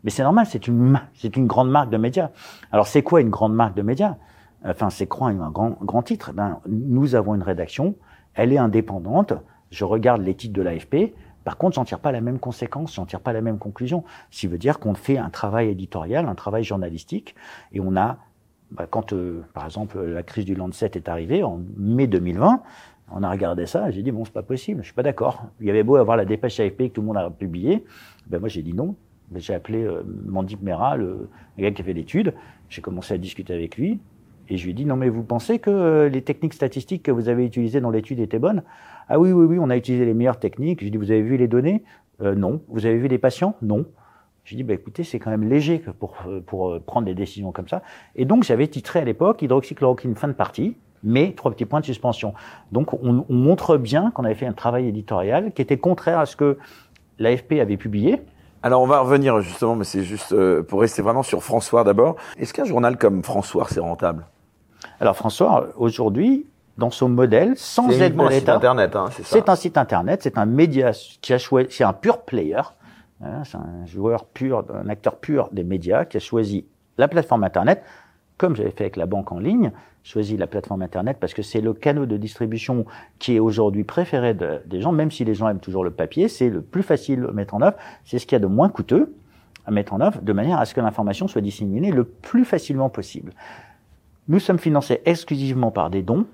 Mais c'est normal, c'est une grande marque de médias. Alors c'est quoi une grande marque de médias? Enfin, c'est quoi un grand titre? Ben, nous avons une rédaction, elle est indépendante. Je regarde les titres de l'AFP. Par contre, j'en tire pas la même conséquence, j'en tire pas la même conclusion. Ce qui veut dire qu'on fait un travail éditorial, un travail journalistique, et on a, quand par exemple la crise du Lancet est arrivée en mai 2020, on a regardé ça, et j'ai dit bon, c'est pas possible, je suis pas d'accord. Il y avait beau avoir la dépêche AFP que tout le monde a publié, ben moi j'ai dit non. J'ai appelé Mandip Mera, le gars qui a fait l'étude. J'ai commencé à discuter avec lui. Et je lui ai dit, non, mais vous pensez que les techniques statistiques que vous avez utilisées dans l'étude étaient bonnes? Ah oui, on a utilisé les meilleures techniques. Je lui ai dit, vous avez vu les données? Non. Vous avez vu les patients? Non. Je lui ai dit, écoutez, c'est quand même léger pour prendre des décisions comme ça. Et donc, j'avais titré à l'époque hydroxychloroquine fin de partie, mais 3 petits points de suspension. Donc, on montre bien qu'on avait fait un travail éditorial qui était contraire à ce que l'AFP avait publié. Alors, on va revenir justement, mais c'est juste pour rester vraiment sur François d'abord. Est-ce qu'un journal comme François, c'est rentable? Alors, François, aujourd'hui, dans son modèle, sans aide de l'État. C'est un site internet, hein, c'est ça? C'est un site internet, c'est un média qui a choisi, c'est un pure player, hein, c'est un joueur pur, un acteur pur des médias qui a choisi la plateforme internet, comme j'avais fait avec la banque en ligne, choisi la plateforme internet parce que c'est le canal de distribution qui est aujourd'hui préféré des gens, même si les gens aiment toujours le papier, c'est le plus facile à mettre en œuvre, c'est ce qu'il y a de moins coûteux à mettre en œuvre, de manière à ce que l'information soit disséminée le plus facilement possible. Nous sommes financés exclusivement par des dons,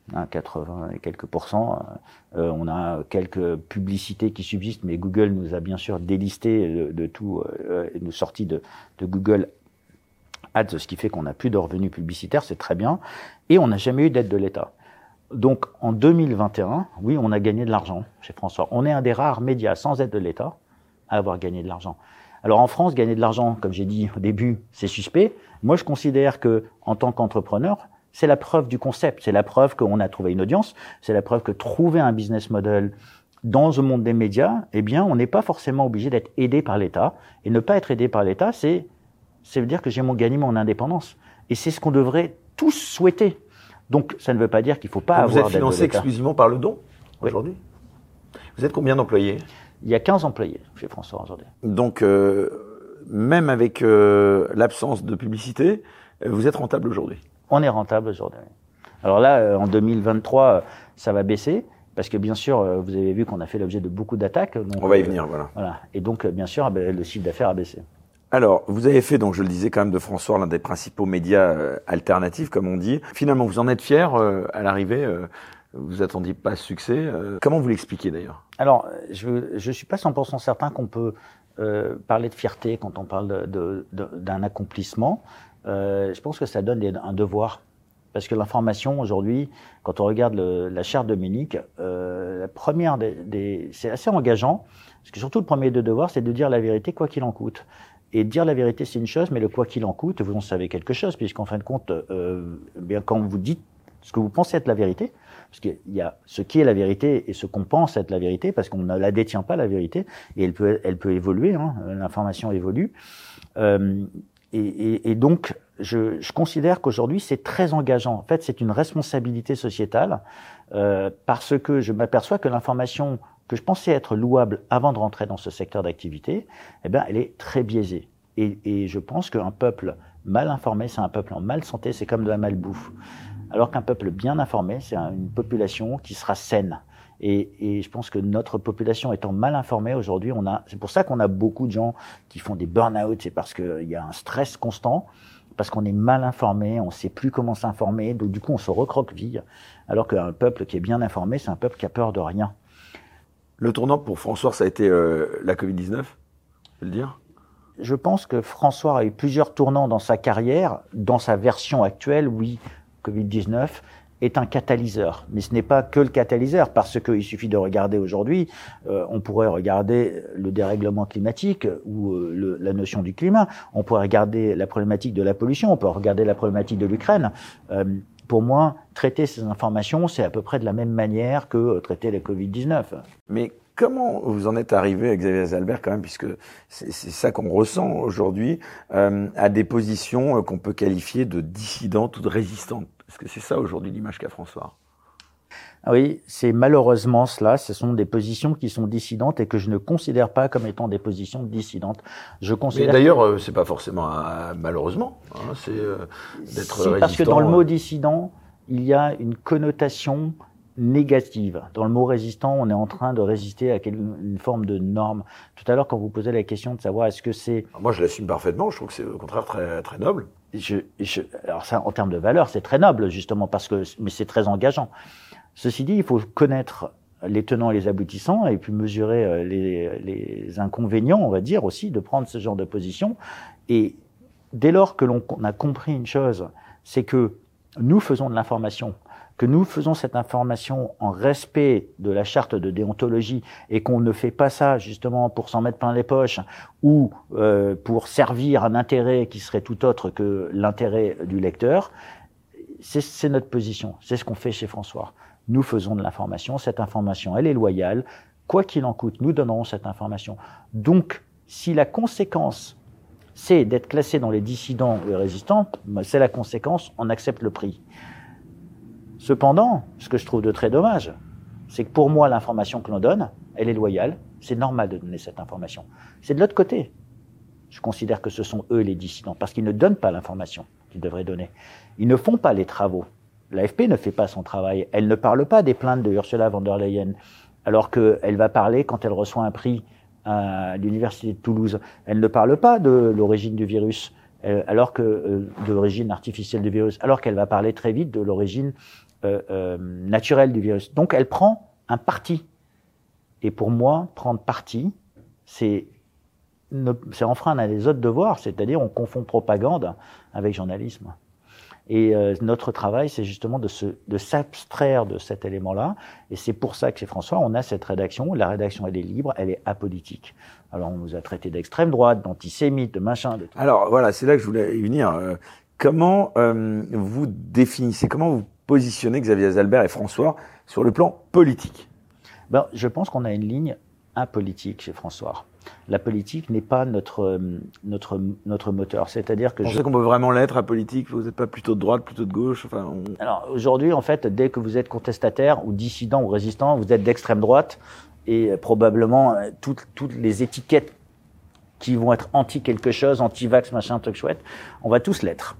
80 et quelques %. On a quelques publicités qui subsistent, mais Google nous a bien sûr délisté de tout, et nous sorti de Google Ads, ce qui fait qu'on n'a plus de revenus publicitaires, c'est très bien. Et on n'a jamais eu d'aide de l'État. Donc en 2021, oui, on a gagné de l'argent chez François. On est un des rares médias sans aide de l'État à avoir gagné de l'argent. Alors en France, gagner de l'argent, comme j'ai dit au début, c'est suspect. Moi, je considère que en tant qu'entrepreneur, c'est la preuve du concept, c'est la preuve qu'on a trouvé une audience, c'est la preuve que trouver un business model dans le monde des médias, eh bien, on n'est pas forcément obligé d'être aidé par l'État. Et ne pas être aidé par l'État, ça veut dire que j'ai gagné mon indépendance. Et c'est ce qu'on devrait tous souhaiter. Donc, ça ne veut pas dire qu'il ne faut pas avoir d'aide de l'État. Vous êtes financé exclusivement par le don aujourd'hui? Oui. Vous êtes combien d'employés? Il y a 15 employés chez François aujourd'hui. Donc, même avec l'absence de publicité, vous êtes rentable aujourd'hui? On est rentable aujourd'hui. Alors là, en 2023, ça va baisser. Parce que bien sûr, vous avez vu qu'on a fait l'objet de beaucoup d'attaques. On va y venir, voilà. Et donc, bien sûr, le chiffre d'affaires a baissé. Alors, vous avez fait, donc je le disais quand même, de François l'un des principaux médias alternatifs, comme on dit. Finalement, vous en êtes fier à l'arrivée. Vous attendiez pas ce succès. Comment vous l'expliquez d'ailleurs? Alors, je suis pas 100% certain qu'on peut parler de fierté quand on parle d'un accomplissement. Je pense que ça donne un devoir. Parce que l'information, aujourd'hui, quand on regarde la charte de Munich, la première c'est assez engageant, parce que surtout le premier de devoir, c'est de dire la vérité quoi qu'il en coûte. Et dire la vérité, c'est une chose, mais le quoi qu'il en coûte, vous en savez quelque chose, puisqu'en fin de compte, bien quand vous dites ce que vous pensez être la vérité, parce qu'il y a ce qui est la vérité et ce qu'on pense être la vérité, parce qu'on ne la détient pas, la vérité, et elle peut évoluer, hein, l'information évolue. Et donc, je considère qu'aujourd'hui, c'est très engageant. En fait, c'est une responsabilité sociétale parce que je m'aperçois que l'information que je pensais être louable avant de rentrer dans ce secteur d'activité, eh ben, elle est très biaisée. Et je pense qu'un peuple mal informé, c'est un peuple en mal santé, c'est comme de la malbouffe. Alors qu'un peuple bien informé, c'est une population qui sera saine. Et je pense que notre population étant mal informée aujourd'hui, c'est pour ça qu'on a beaucoup de gens qui font des burn-out, c'est parce qu'il y a un stress constant, parce qu'on est mal informé, on ne sait plus comment s'informer, donc du coup on se recroqueville. Alors qu'un peuple qui est bien informé, c'est un peuple qui a peur de rien. Le tournant pour François, ça a été la Covid-19, je peux le dire? Je pense que François a eu plusieurs tournants dans sa carrière. Dans sa version actuelle, oui, Covid-19 est un catalyseur. Mais ce n'est pas que le catalyseur, parce qu'il suffit de regarder aujourd'hui, on pourrait regarder le dérèglement climatique ou la notion du climat, on pourrait regarder la problématique de la pollution, on peut regarder la problématique de l'Ukraine. Pour moi, traiter ces informations, c'est à peu près de la même manière que traiter la Covid-19. Mais comment vous en êtes arrivé, Xavier Zalbert, quand même, puisque c'est ça qu'on ressent aujourd'hui, à des positions qu'on peut qualifier de dissidentes ou de résistantes? Est-ce que c'est ça aujourd'hui l'image qu'a François? Oui, c'est malheureusement cela. Ce sont des positions qui sont dissidentes et que je ne considère pas comme étant des positions dissidentes. Je considère. Mais d'ailleurs, c'est pas forcément malheureusement. Hein, c'est d'être résistant. Parce que dans le mot dissident, il y a une connotation négative. Dans le mot résistant, on est en train de résister à une forme de norme. Tout à l'heure, quand vous posez la question de savoir est-ce que c'est... Moi, je l'assume parfaitement. Je trouve que c'est au contraire très, très noble. Alors ça, en termes de valeur, c'est très noble, justement, mais c'est très engageant. Ceci dit, il faut connaître les tenants et les aboutissants et puis mesurer les inconvénients, on va dire, aussi, de prendre ce genre de position. Et dès lors que l'on a compris une chose, c'est que nous faisons de l'information, que nous faisons cette information en respect de la charte de déontologie et qu'on ne fait pas ça justement pour s'en mettre plein les poches ou pour servir un intérêt qui serait tout autre que l'intérêt du lecteur, c'est notre position, c'est ce qu'on fait chez François. Nous faisons de l'information, cette information, elle est loyale. Quoi qu'il en coûte, nous donnerons cette information. Donc, si la conséquence, c'est d'être classé dans les dissidents ou les résistants, c'est la conséquence, on accepte le prix. Cependant, ce que je trouve de très dommage, c'est que pour moi, l'information que l'on donne, elle est loyale. C'est normal de donner cette information. C'est de l'autre côté. Je considère que ce sont eux les dissidents, parce qu'ils ne donnent pas l'information qu'ils devraient donner. Ils ne font pas les travaux. L'AFP ne fait pas son travail. Elle ne parle pas des plaintes de Ursula von der Leyen, alors qu'elle va parler quand elle reçoit un prix à l'Université de Toulouse. Elle ne parle pas de l'origine du virus, alors que de l'origine artificielle du virus, alors qu'elle va parler très vite de l'origine naturelle du virus. Donc elle prend un parti. Et pour moi, prendre parti, c'est enfreindre un des autres devoirs, c'est-à-dire on confond propagande avec journalisme. Et notre travail, c'est justement de s'abstraire de cet élément-là. Et c'est pour ça que chez François, on a cette rédaction. La rédaction, elle est libre, elle est apolitique. Alors, on nous a traité d'extrême droite, d'antisémite, de machin. De tout. Alors, voilà, c'est là que je voulais y venir. Comment vous définissez, comment vous positionnez Xavier Zalbert et François sur le plan politique? Je pense qu'on a une ligne apolitique chez François. La politique n'est pas notre moteur. C'est-à-dire que vous pensez qu'on peut vraiment l'être apolitique? Vous n'êtes pas plutôt de droite, plutôt de gauche? Alors aujourd'hui, en fait, dès que vous êtes contestataire ou dissident ou résistant, vous êtes d'extrême droite et probablement toutes les étiquettes qui vont être anti quelque chose, anti-vax, machin, truc chouette, on va tous l'être.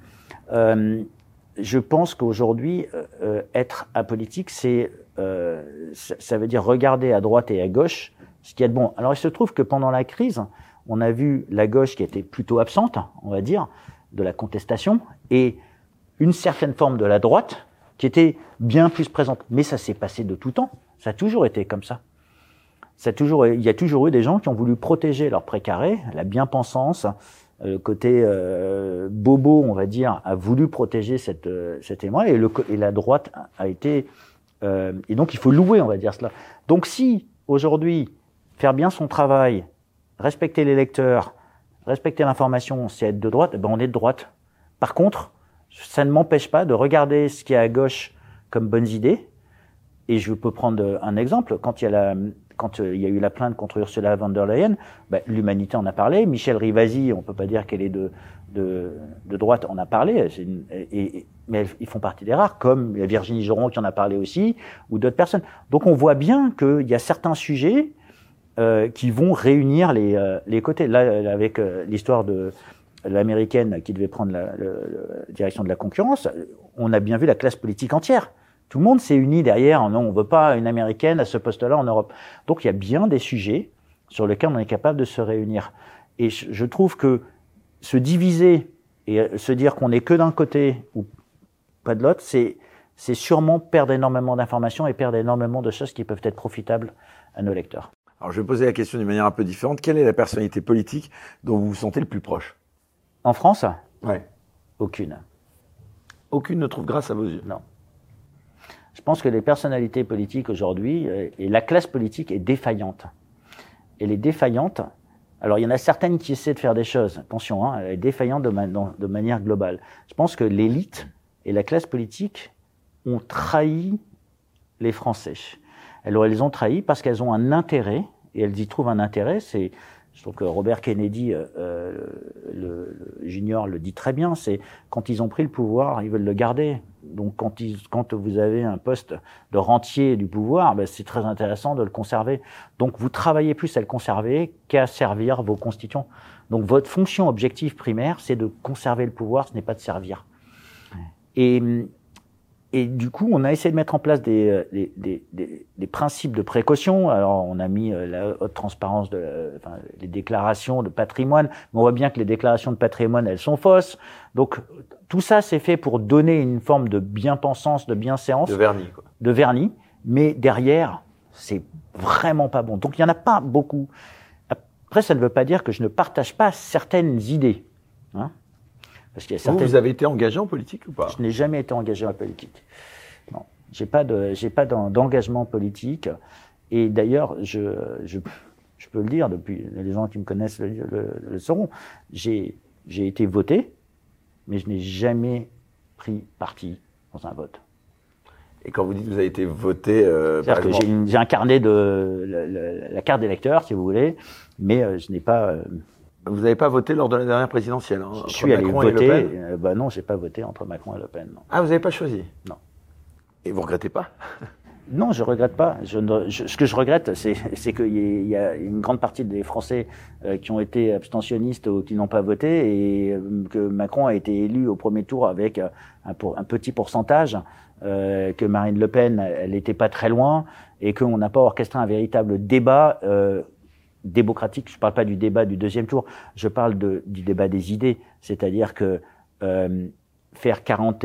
Je pense qu'aujourd'hui, être apolitique, ça veut dire regarder à droite et à gauche ce qu'il y a de bon. Alors, il se trouve que pendant la crise, on a vu la gauche qui était plutôt absente, on va dire, de la contestation, et une certaine forme de la droite qui était bien plus présente. Mais ça s'est passé de tout temps. Ça a toujours été comme ça. Il y a toujours eu des gens qui ont voulu protéger leur précaré, la bien-pensance, le côté bobo, on va dire, a voulu protéger cet émoi, et la droite a été... et donc, il faut louer, on va dire cela. Donc, si, aujourd'hui, faire bien son travail, respecter les lecteurs, respecter l'information, c'est être de droite, on est de droite. Par contre, ça ne m'empêche pas de regarder ce qu'il y a à gauche comme bonnes idées. Et je peux prendre un exemple. Quand il y a eu la plainte contre Ursula von der Leyen, l'Humanité en a parlé. Michel Rivasi, on peut pas dire qu'elle est de droite, en a parlé. Mais ils font partie des rares, comme Virginie Joron qui en a parlé aussi, ou d'autres personnes. Donc on voit bien qu'il y a certains sujets qui vont réunir les côtés. Là, avec l'histoire de l'américaine qui devait prendre la direction de la concurrence, on a bien vu la classe politique entière. Tout le monde s'est uni derrière. Non, on veut pas une américaine à ce poste-là en Europe. Donc il y a bien des sujets sur lesquels on est capable de se réunir. Et je trouve que se diviser et se dire qu'on n'est que d'un côté ou pas de l'autre, c'est sûrement perdre énormément d'informations et perdre énormément de choses qui peuvent être profitables à nos lecteurs. Alors je vais poser la question d'une manière un peu différente. Quelle est la personnalité politique dont vous vous sentez le plus proche? En France? Oui. Aucune. Aucune ne trouve grâce à vos yeux? Non. Je pense que les personnalités politiques aujourd'hui, et la classe politique est défaillante. Elle est défaillante. Alors, il y en a certaines qui essaient de faire des choses. Attention, elle est défaillante de manière globale. Je pense que l'élite et la classe politique ont trahi les Français. Elles ont trahi parce qu'elles ont un intérêt, et elles y trouvent un intérêt, c'est Je trouve que Robert Kennedy, le junior, le dit très bien. C'est quand ils ont pris le pouvoir, ils veulent le garder. Donc quand vous avez un poste de rentier du pouvoir, ben, c'est très intéressant de le conserver. Donc vous travaillez plus à le conserver qu'à servir vos constituants. Donc votre fonction objective primaire, c'est de conserver le pouvoir, ce n'est pas de servir. Et du coup, on a essayé de mettre en place des principes de précaution. Alors, on a mis la haute transparence les déclarations de patrimoine. Mais on voit bien que les déclarations de patrimoine, elles sont fausses. Donc, tout ça, c'est fait pour donner une forme de bien-pensance, de bienséance. De vernis, quoi. De vernis. Mais derrière, c'est vraiment pas bon. Donc, il y en a pas beaucoup. Après, ça ne veut pas dire que je ne partage pas certaines idées. Hein. Parce qu'il y a certaines... Vous avez été engagé en politique ou pas? Je n'ai jamais été engagé en politique. Non, j'ai pas d'engagement politique. Et d'ailleurs, je peux le dire, depuis les gens qui me connaissent le sauront. J'ai été voté, mais je n'ai jamais pris parti dans un vote. Et quand vous dites que vous avez été voté, c'est-à-dire que j'ai un carnet la carte d'électeur, si vous voulez, mais je n'ai pas. Vous n'avez pas voté lors de la dernière présidentielle, hein, je suis allé voter. Non, j'ai pas voté entre Macron et Le Pen. Non. Ah, vous n'avez pas choisi? Non. Et vous regrettez pas? Non, je regrette pas. Ce que je regrette, c'est qu'il y a une grande partie des Français qui ont été abstentionnistes ou qui n'ont pas voté, et que Macron a été élu au premier tour avec un petit pourcentage, que Marine Le Pen, elle n'était pas très loin, et qu'on n'a pas orchestré un véritable débat démocratique. Je ne parle pas du débat du deuxième tour, je parle du débat des idées, c'est-à-dire que faire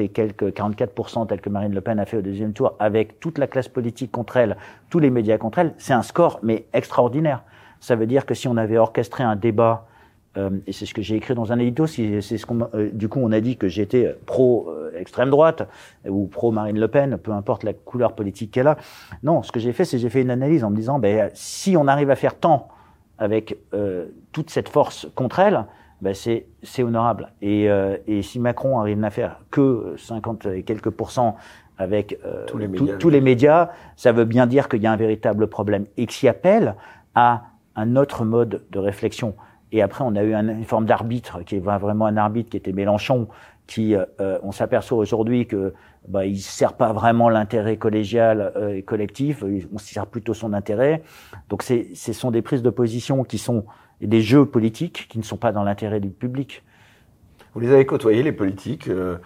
44% tel que Marine Le Pen a fait au deuxième tour, avec toute la classe politique contre elle, tous les médias contre elle, c'est un score mais extraordinaire. Ça veut dire que si on avait orchestré un débat, et c'est ce que j'ai écrit dans un édito, du coup on a dit que j'étais pro extrême droite ou pro Marine Le Pen, peu importe la couleur politique qu'elle a. Non, ce que j'ai fait, c'est j'ai fait une analyse en me disant, si on arrive à faire tant avec toute cette force contre elle, c'est honorable. Et si Macron arrive à faire que 50 et quelques % avec tous les médias, ça veut bien dire qu'il y a un véritable problème et que s'y appelle à un autre mode de réflexion. Et après, on a eu une forme d'arbitre qui est vraiment un arbitre qui était Mélenchon, qui on s'aperçoit aujourd'hui que il sert pas vraiment l'intérêt collégial et collectif, on sert plutôt son intérêt. Donc ce sont des prises de position qui sont des jeux politiques qui ne sont pas dans l'intérêt du public. Vous les avez côtoyés, les politiques,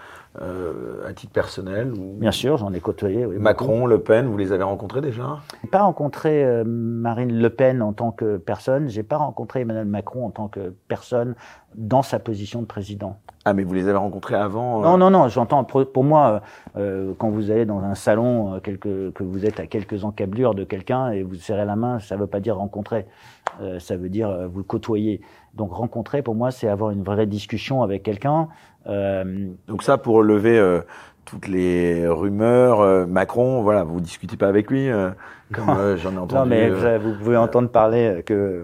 à titre personnel ou... Bien sûr, j'en ai côtoyé. Oui, Macron, beaucoup. Le Pen, vous les avez rencontrés déjà? J'ai pas rencontré Marine Le Pen en tant que personne. J'ai pas rencontré Emmanuel Macron en tant que personne dans sa position de président. Ah, mais vous les avez rencontrés avant? Non. J'entends. Pour moi, quand vous allez dans un salon, que vous êtes à quelques encablures de quelqu'un et vous serrez la main, ça veut pas dire rencontrer. Ça veut dire vous le côtoyer. Donc rencontrer, pour moi, c'est avoir une vraie discussion avec quelqu'un. Donc ça, pour lever toutes les rumeurs, Macron, voilà, vous discutez pas avec lui, comme j'en ai entendu. Non, mais vous pouvez entendre parler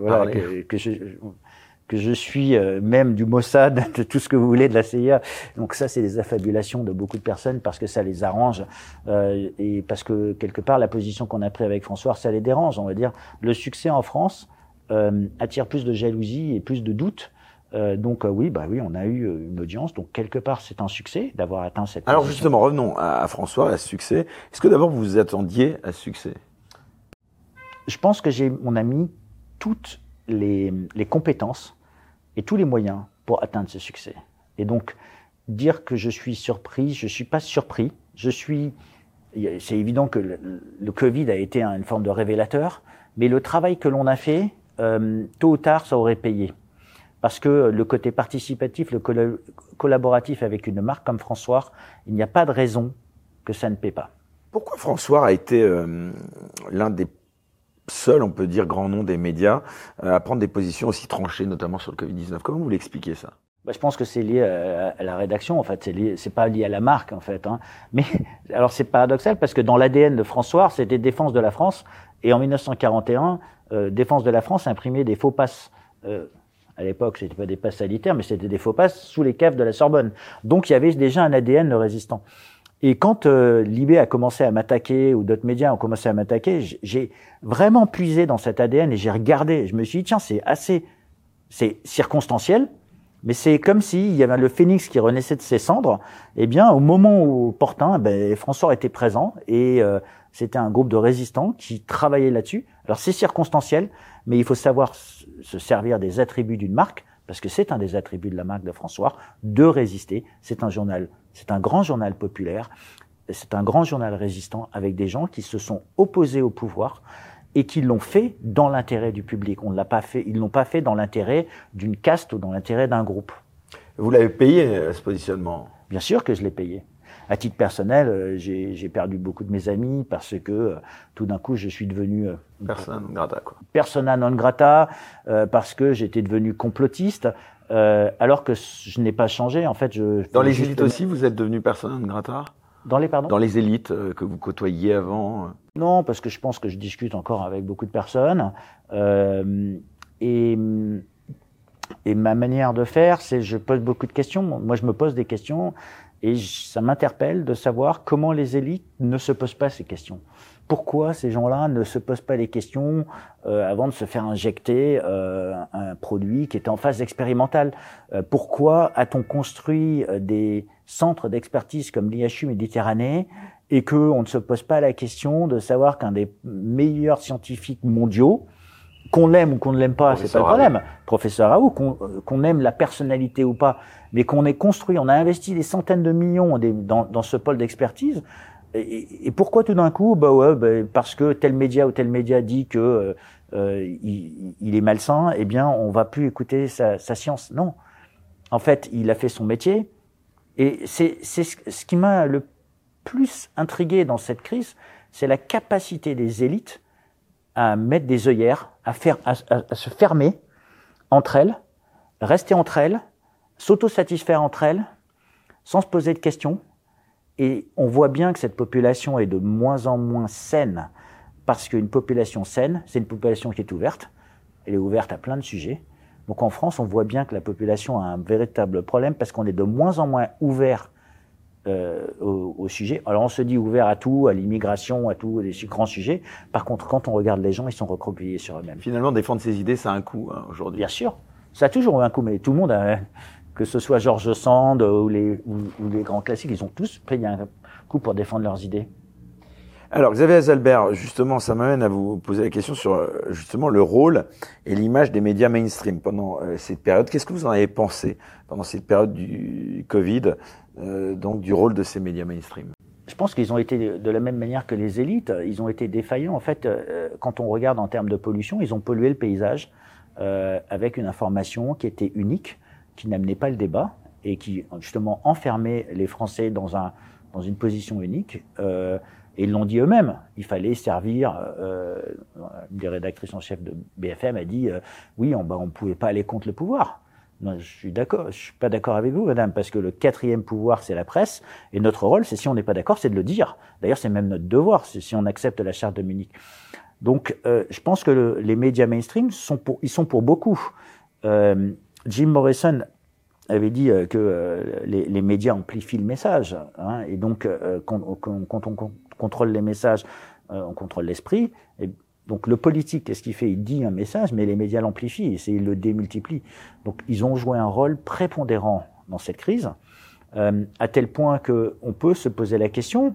que je suis même du Mossad, de tout ce que vous voulez, de la CIA. Donc ça, c'est des affabulations de beaucoup de personnes parce que ça les arrange et parce que quelque part, la position qu'on a prise avec François, ça les dérange. On va dire, le succès en France attire plus de jalousie et plus de doutes. Donc oui, on a eu une audience. Donc quelque part, c'est un succès d'avoir atteint cette position. Alors justement, revenons à François, à ce succès. Est-ce que d'abord vous vous attendiez à ce succès? Je pense que on a mis toutes les compétences et tous les moyens pour atteindre ce succès. Et donc, dire que je suis surpris, je suis pas surpris. C'est évident que le Covid a été une forme de révélateur, mais le travail que l'on a fait, tôt ou tard, ça aurait payé. Parce que le côté participatif, le collaboratif avec une marque comme François, il n'y a pas de raison que ça ne paie pas. Pourquoi François a été l'un des seuls, on peut dire, grands noms des médias à prendre des positions aussi tranchées, notamment sur le Covid-19? Comment vous l'expliquez ça? Je pense que c'est lié à la rédaction, en fait. C'est pas lié à la marque, en fait. Mais alors c'est paradoxal parce que dans l'ADN de François, c'était Défense de la France, et en 1941, Défense de la France imprimait des faux passes. À l'époque, c'était pas des passes sanitaires, mais c'était des faux passes sous les caves de la Sorbonne. Donc il y avait déjà un ADN de résistant. Et quand Libé a commencé à m'attaquer, ou d'autres médias ont commencé à m'attaquer, j'ai vraiment puisé dans cet ADN et j'ai regardé. Je me suis dit, tiens, c'est assez C'est circonstanciel, mais c'est comme s'il y avait le phénix qui renaissait de ses cendres. Eh bien, au moment opportun, François était présent et c'était un groupe de résistants qui travaillait là-dessus. Alors c'est circonstanciel, mais il faut savoir se servir des attributs d'une marque, parce que c'est un des attributs de la marque de François, de résister. C'est un journal, c'est un grand journal populaire, c'est un grand journal résistant avec des gens qui se sont opposés au pouvoir et qui l'ont fait dans l'intérêt du public. Ils l'ont pas fait dans l'intérêt d'une caste ou dans l'intérêt d'un groupe. Vous l'avez payé, ce positionnement? Bien sûr que je l'ai payé. À titre personnel, j'ai perdu beaucoup de mes amis parce que tout d'un coup, je suis devenu persona non grata, quoi. Persona non grata, parce que j'étais devenu complotiste, alors que je n'ai pas changé. En fait, dans les élites aussi, vous êtes devenu persona non grata? Dans les élites que vous côtoyiez avant? Non, parce que je pense que je discute encore avec beaucoup de personnes. Et ma manière de faire, c'est je pose beaucoup de questions. Moi, je me pose des questions et ça m'interpelle de savoir comment les élites ne se posent pas ces questions. Pourquoi ces gens-là ne se posent pas les questions avant de se faire injecter un produit qui était en phase expérimentale? Pourquoi a-t-on construit des centres d'expertise comme l'IHU Méditerranée et qu'on ne se pose pas la question de savoir qu'un des meilleurs scientifiques mondiaux, qu'on l'aime ou qu'on ne l'aime pas, c'est pas le problème, professeur Raoult, qu'on aime la personnalité ou pas, mais qu'on ait construit, on a investi des centaines de millions dans ce pôle d'expertise. Et pourquoi tout d'un coup, parce que tel média ou tel média dit que il est malsain, eh bien on va plus écouter sa science. Non, en fait, il a fait son métier, et c'est ce qui m'a le plus intrigué dans cette crise, c'est la capacité des élites à mettre des œillères, à se fermer entre elles, rester entre elles, s'autosatisfaire entre elles, sans se poser de questions. Et on voit bien que cette population est de moins en moins saine, parce qu'une population saine, c'est une population qui est ouverte. Elle est ouverte à plein de sujets. Donc en France, on voit bien que la population a un véritable problème, parce qu'on est de moins en moins ouvert au sujet. Alors on se dit ouvert à tout, à l'immigration, à tous les grands sujets. Par contre, quand on regarde les gens, ils sont recroquevillés sur eux-mêmes. Finalement, défendre ses idées, ça a un coût aujourd'hui. Bien sûr, ça a toujours eu un coût, mais tout le monde a, que ce soit George Sand ou les grands classiques, ils ont tous payé un coup pour défendre leurs idées. Alors Xavier Azalbert, justement, ça m'amène à vous poser la question sur justement le rôle et l'image des médias mainstream pendant cette période. Qu'est-ce que vous en avez pensé pendant cette période du Covid, donc du rôle de ces médias mainstream? Je pense qu'ils ont été de la même manière que les élites, ils ont été défaillants. En fait, quand on regarde en termes de pollution, ils ont pollué le paysage avec une information qui était unique, qui n'amenait pas le débat et qui justement enfermait les Français dans une position unique. Et ils l'ont dit eux-mêmes, il fallait servir, une des rédactrices en chef de BFM a dit oui, on ne pouvait pas aller contre le pouvoir. Non, je suis pas d'accord avec vous, madame, parce que le quatrième pouvoir, c'est la presse, et notre rôle, c'est, si on n'est pas d'accord, c'est de le dire. D'ailleurs, c'est même notre devoir, si on accepte la charte de Munich. Donc, je pense que les médias mainstream ils sont pour beaucoup. Jim Morrison avait dit que les médias amplifient le message, hein, et donc quand on contrôle les messages, on contrôle l'esprit. Et donc le politique, qu'est-ce qu'il fait? Il dit un message, mais les médias l'amplifient, et il le démultiplie. Donc ils ont joué un rôle prépondérant dans cette crise, à tel point qu'on peut se poser la question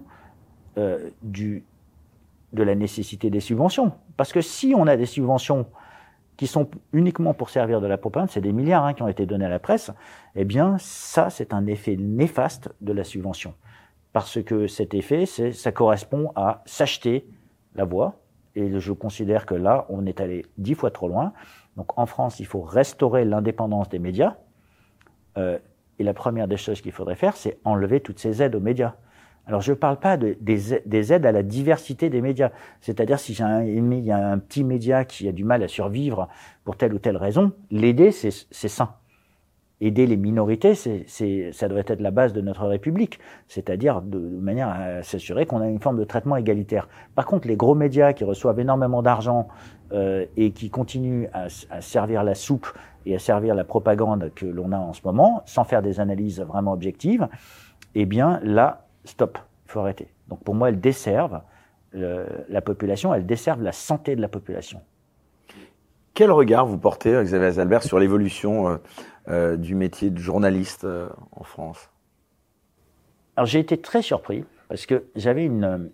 de la nécessité des subventions. Parce que si on a des subventions qui sont uniquement pour servir de la propagande, c'est des milliards qui ont été donnés à la presse, eh bien ça, c'est un effet néfaste de la subvention. Parce que cet effet, ça correspond à s'acheter la voix, et je considère que là, on est allé 10 fois trop loin. Donc en France, il faut restaurer l'indépendance des médias, et la première des choses qu'il faudrait faire, c'est enlever toutes ces aides aux médias. Alors je ne parle pas des aides à la diversité des médias, c'est-à-dire si il y a un petit média qui a du mal à survivre pour telle ou telle raison, l'aider, c'est sain. Aider les minorités, ça doit être la base de notre République, c'est-à-dire de manière à s'assurer qu'on a une forme de traitement égalitaire. Par contre, les gros médias qui reçoivent énormément d'argent et qui continuent à servir la soupe et à servir la propagande que l'on a en ce moment, sans faire des analyses vraiment objectives, eh bien là, stop, il faut arrêter. Donc pour moi, elles desservent la population, elles desservent la santé de la population. Quel regard vous portez, Xavier Azalbert, sur l'évolution du métier de journaliste en France? Alors j'ai été très surpris parce que j'avais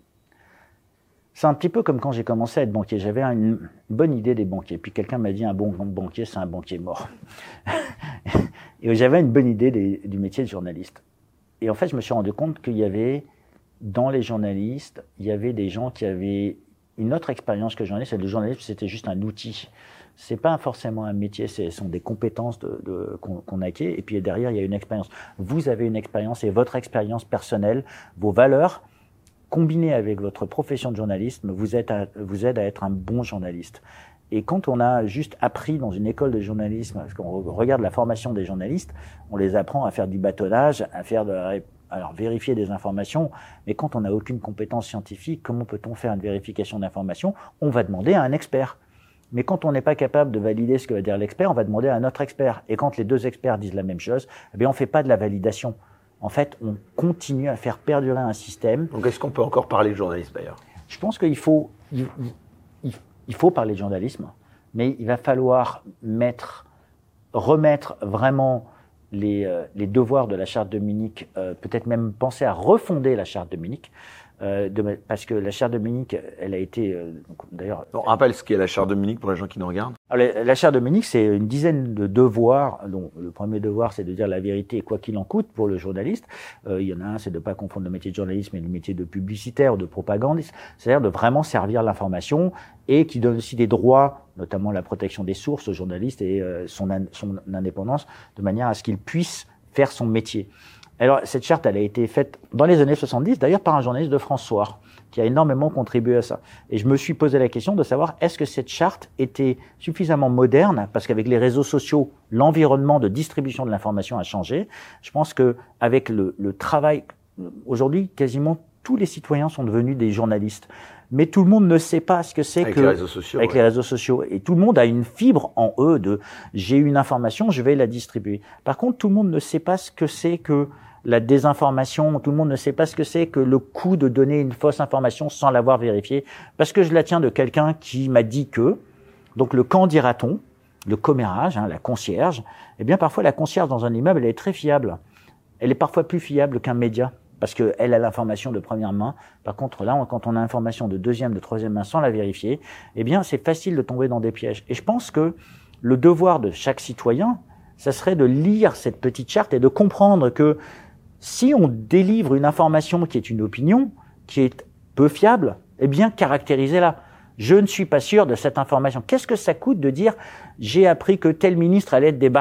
c'est un petit peu comme quand j'ai commencé à être banquier. J'avais une bonne idée des banquiers. Puis quelqu'un m'a dit un bon banquier, c'est un banquier mort. Et j'avais une bonne idée du métier de journaliste. Et en fait, je me suis rendu compte qu'il y avait, dans les journalistes, il y avait des gens qui avaient une autre expérience que le journaliste. Et le journalisme, c'était juste un outil. C'est pas forcément un métier, ce sont des compétences qu'on acquiert. Et puis derrière, il y a une expérience. Vous avez une expérience et votre expérience personnelle, vos valeurs, combinées avec votre profession de journaliste, vous aide à être un bon journaliste. Et quand on a juste appris dans une école de journalisme, parce qu'on regarde la formation des journalistes, on les apprend à faire du bâtonnage, alors vérifier des informations, mais quand on n'a aucune compétence scientifique, comment peut-on faire une vérification d'informations? On va demander à un expert. Mais quand on n'est pas capable de valider ce que va dire l'expert, on va demander à un autre expert. Et quand les deux experts disent la même chose, eh bien on ne fait pas de la validation. En fait, on continue à faire perdurer un système. Donc, est-ce qu'on peut encore parler de journalisme, d'ailleurs? Je pense qu'il faut parler de journalisme, mais il va falloir remettre vraiment les devoirs de la Charte de Munich, peut-être même penser à refonder la Charte de Munich, parce que la Charte de Munich, elle a été, d'ailleurs... On rappelle ce qu'est la Charte de Munich pour les gens qui nous regardent. Alors, la Charte de Munich, c'est une dizaine de devoirs, dont le premier devoir, c'est de dire la vérité, quoi qu'il en coûte, pour le journaliste. Il y en a un, c'est de ne pas confondre le métier de journaliste et le métier de publicitaire ou de propagandiste, c'est-à-dire de vraiment servir l'information et qui donne aussi des droits, notamment la protection des sources aux journalistes et son indépendance, de manière à ce qu'il puisse faire son métier. Alors, cette charte, elle a été faite dans les années 70, d'ailleurs par un journaliste de France Soir, qui a énormément contribué à ça. Et je me suis posé la question de savoir, est-ce que cette charte était suffisamment moderne, parce qu'avec les réseaux sociaux, l'environnement de distribution de l'information a changé. Je pense que avec le travail, aujourd'hui, quasiment tous les citoyens sont devenus des journalistes. Mais tout le monde ne sait pas ce que c'est avec les réseaux sociaux. Avec les réseaux sociaux. Et tout le monde a une fibre en eux de j'ai une information, je vais la distribuer. Par contre, tout le monde ne sait pas ce que c'est que la désinformation, tout le monde ne sait pas ce que c'est que le coût de donner une fausse information sans l'avoir vérifiée, parce que je la tiens de quelqu'un qui m'a dit que, donc le quand dira-t-on, le commérage, la concierge, eh bien parfois la concierge dans un immeuble, elle est très fiable. Elle est parfois plus fiable qu'un média, parce qu'elle a l'information de première main. Par contre, là, quand on a l'information de deuxième, de troisième main sans la vérifier, eh bien c'est facile de tomber dans des pièges. Et je pense que le devoir de chaque citoyen, ça serait de lire cette petite charte et de comprendre que si on délivre une information qui est une opinion, qui est peu fiable, eh bien, caractérisez-la. Je ne suis pas sûr de cette information. Qu'est-ce que ça coûte de dire « j'ai appris que tel ministre allait être débarqué »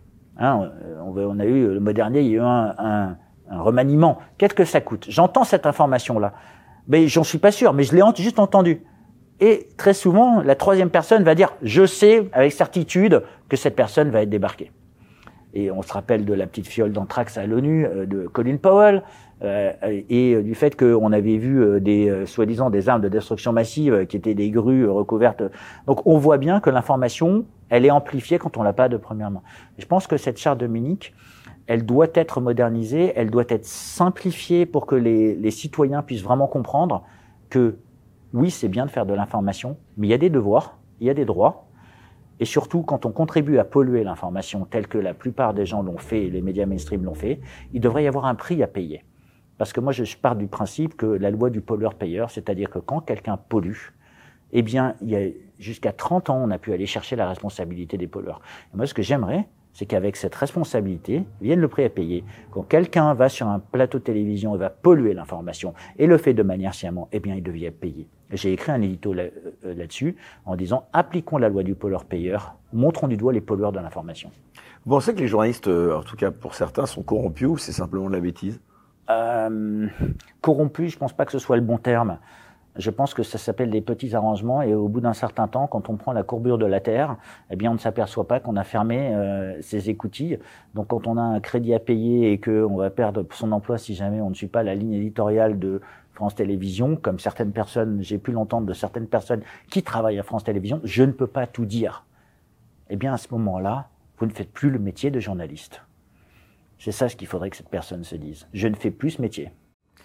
on a eu, le mois dernier, il y a eu un remaniement. Qu'est-ce que ça coûte? J'entends cette information-là. Mais j'en suis pas sûr, mais je l'ai juste entendu. Et très souvent, la troisième personne va dire « je sais avec certitude que cette personne va être débarquée ». Et on se rappelle de la petite fiole d'anthrax à l'ONU, de Colin Powell, et du fait qu'on avait vu soi-disant des armes de destruction massive qui étaient des grues recouvertes. Donc on voit bien que l'information, elle est amplifiée quand on l'a pas de première main. Et je pense que cette charte de Munich, elle doit être modernisée, elle doit être simplifiée pour que les citoyens puissent vraiment comprendre que oui, c'est bien de faire de l'information, mais il y a des devoirs, il y a des droits. Et surtout, quand on contribue à polluer l'information, telle que la plupart des gens l'ont fait, et les médias mainstream l'ont fait, il devrait y avoir un prix à payer. Parce que moi, je pars du principe que la loi du pollueur-payeur, c'est-à-dire que quand quelqu'un pollue, eh bien, il y a jusqu'à 30 ans, on a pu aller chercher la responsabilité des pollueurs. Et moi, ce que j'aimerais, c'est qu'avec cette responsabilité, vienne le prix à payer. Quand quelqu'un va sur un plateau de télévision et va polluer l'information, et le fait de manière sciemment, eh bien, il devient payer. J'ai écrit un édito là-dessus, en disant « Appliquons la loi du pollueur-payeur, montrons du doigt les pollueurs de l'information ». Vous pensez que les journalistes, en tout cas pour certains, sont corrompus ou c'est simplement de la bêtise? Corrompus, je pense pas que ce soit le bon terme. Je pense que ça s'appelle des petits arrangements et au bout d'un certain temps, quand on prend la courbure de la Terre, eh bien, on ne s'aperçoit pas qu'on a fermé ses écoutilles. Donc, quand on a un crédit à payer et qu'on va perdre son emploi si jamais on ne suit pas la ligne éditoriale de France Télévisions, comme certaines personnes, j'ai pu l'entendre de certaines personnes qui travaillent à France Télévisions, je ne peux pas tout dire. Eh bien, à ce moment-là, vous ne faites plus le métier de journaliste. C'est ça ce qu'il faudrait que cette personne se dise. Je ne fais plus ce métier.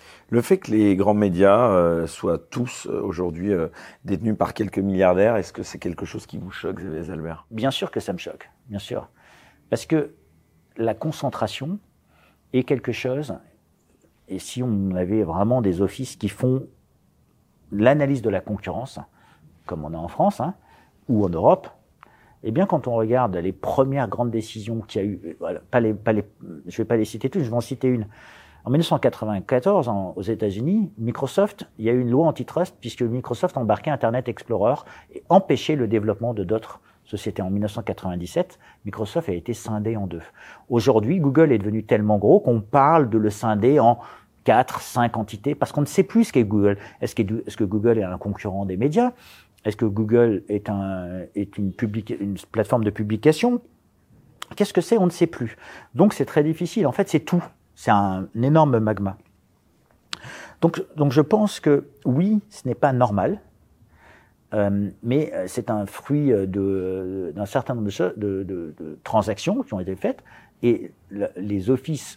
Le fait que les grands médias soient tous aujourd'hui détenus par quelques milliardaires, est-ce que c'est quelque chose qui vous choque, Xavier Zalbert? Bien sûr que ça me choque, bien sûr. Parce que la concentration est quelque chose, et si on avait vraiment des offices qui font l'analyse de la concurrence, comme on a en France, ou en Europe, eh bien, quand on regarde les premières grandes décisions qu'il y a eu, voilà, je vais pas les citer toutes, je vais en citer une. En 1994, aux États-Unis, Microsoft, il y a eu une loi antitrust puisque Microsoft embarquait Internet Explorer et empêchait le développement de d'autres sociétés. En 1997, Microsoft a été scindé en deux. Aujourd'hui, Google est devenu tellement gros qu'on parle de le scinder en 4, 5 entités parce qu'on ne sait plus ce qu'est Google. Est-ce que Google est un concurrent des médias? Est-ce que Google est une plateforme de publication? Qu'est-ce que c'est? On ne sait plus. Donc c'est très difficile. En fait, c'est tout. C'est un énorme magma. Donc je pense que oui, ce n'est pas normal, mais c'est un fruit d'un certain nombre de transactions qui ont été faites et les offices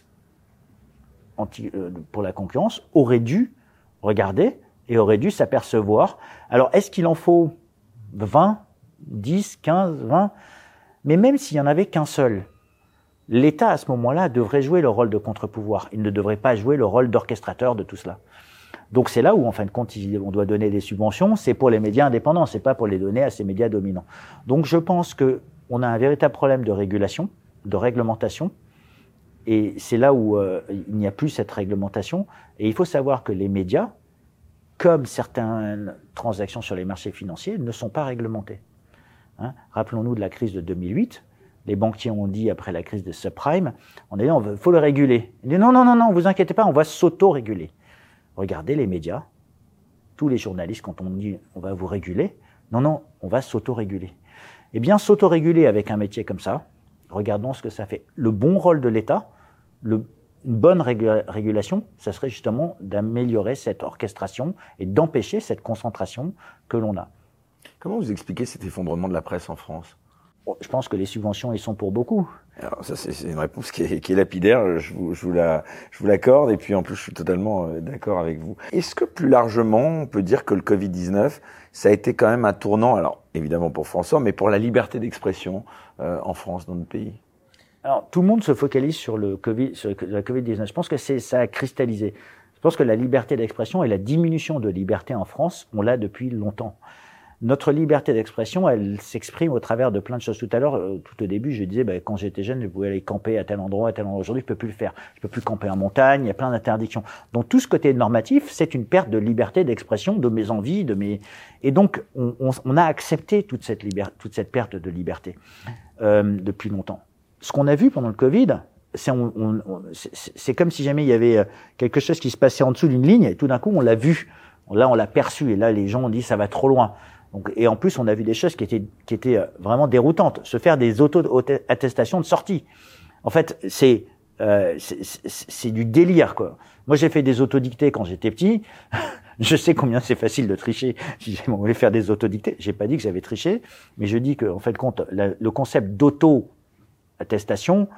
pour la concurrence auraient dû regarder et auraient dû s'apercevoir. Alors, est-ce qu'il en faut 20, 10, 15, 20 ? Mais même s'il n'y en avait qu'un seul, l'État, à ce moment-là, devrait jouer le rôle de contre-pouvoir. Il ne devrait pas jouer le rôle d'orchestrateur de tout cela. Donc, c'est là où, en fin de compte, on doit donner des subventions. C'est pour les médias indépendants, c'est pas pour les donner à ces médias dominants. Donc, je pense qu'on a un véritable problème de régulation, de réglementation. Et c'est là où il n'y a plus cette réglementation. Et il faut savoir que les médias, comme certaines transactions sur les marchés financiers, ne sont pas réglementées. Rappelons-nous de la crise de 2008. Les banquiers ont dit, après la crise des subprimes, on a dit, faut le réguler. Ils disent, non, vous inquiétez pas, on va s'auto-réguler. Regardez les médias, tous les journalistes, quand on dit, on va vous réguler, non, on va s'auto-réguler. Eh bien, s'auto-réguler avec un métier comme ça, regardons ce que ça fait. Le bon rôle de l'État, une bonne régulation, ça serait justement d'améliorer cette orchestration et d'empêcher cette concentration que l'on a. Comment vous expliquez cet effondrement de la presse en France ? Je pense que les subventions, ils sont pour beaucoup. Alors ça, c'est une réponse qui est lapidaire, je vous l'accorde, et puis en plus, je suis totalement d'accord avec vous. Est-ce que plus largement, on peut dire que le Covid-19, ça a été quand même un tournant, alors évidemment pour François, mais pour la liberté d'expression en France, dans notre pays ? Alors, tout le monde se focalise sur la Covid-19. Je pense que ça a cristallisé. Je pense que la liberté d'expression et la diminution de liberté en France, on l'a depuis longtemps. Notre liberté d'expression, elle s'exprime au travers de plein de choses. Tout à l'heure, tout au début, je disais, quand j'étais jeune, je pouvais aller camper à tel endroit, à tel endroit. Aujourd'hui, je peux plus le faire. Je peux plus camper en montagne. Il y a plein d'interdictions. Donc, tout ce côté normatif, c'est une perte de liberté d'expression, de mes envies, et donc, on a accepté toute cette perte de liberté depuis longtemps. Ce qu'on a vu pendant le Covid, c'est comme si jamais il y avait quelque chose qui se passait en dessous d'une ligne, et tout d'un coup, on l'a vu. Là, on l'a perçu, et là, les gens ont dit, ça va trop loin. Donc, et en plus, on a vu des choses qui étaient vraiment déroutantes. Se faire des auto-attestations de sortie. En fait, c'est du délire, quoi. Moi, j'ai fait des autodictées quand j'étais petit. Je sais combien c'est facile de tricher. Si on voulait faire des autodictées, j'ai pas dit que j'avais triché, mais je dis que, en fait, le concept d'auto-attestation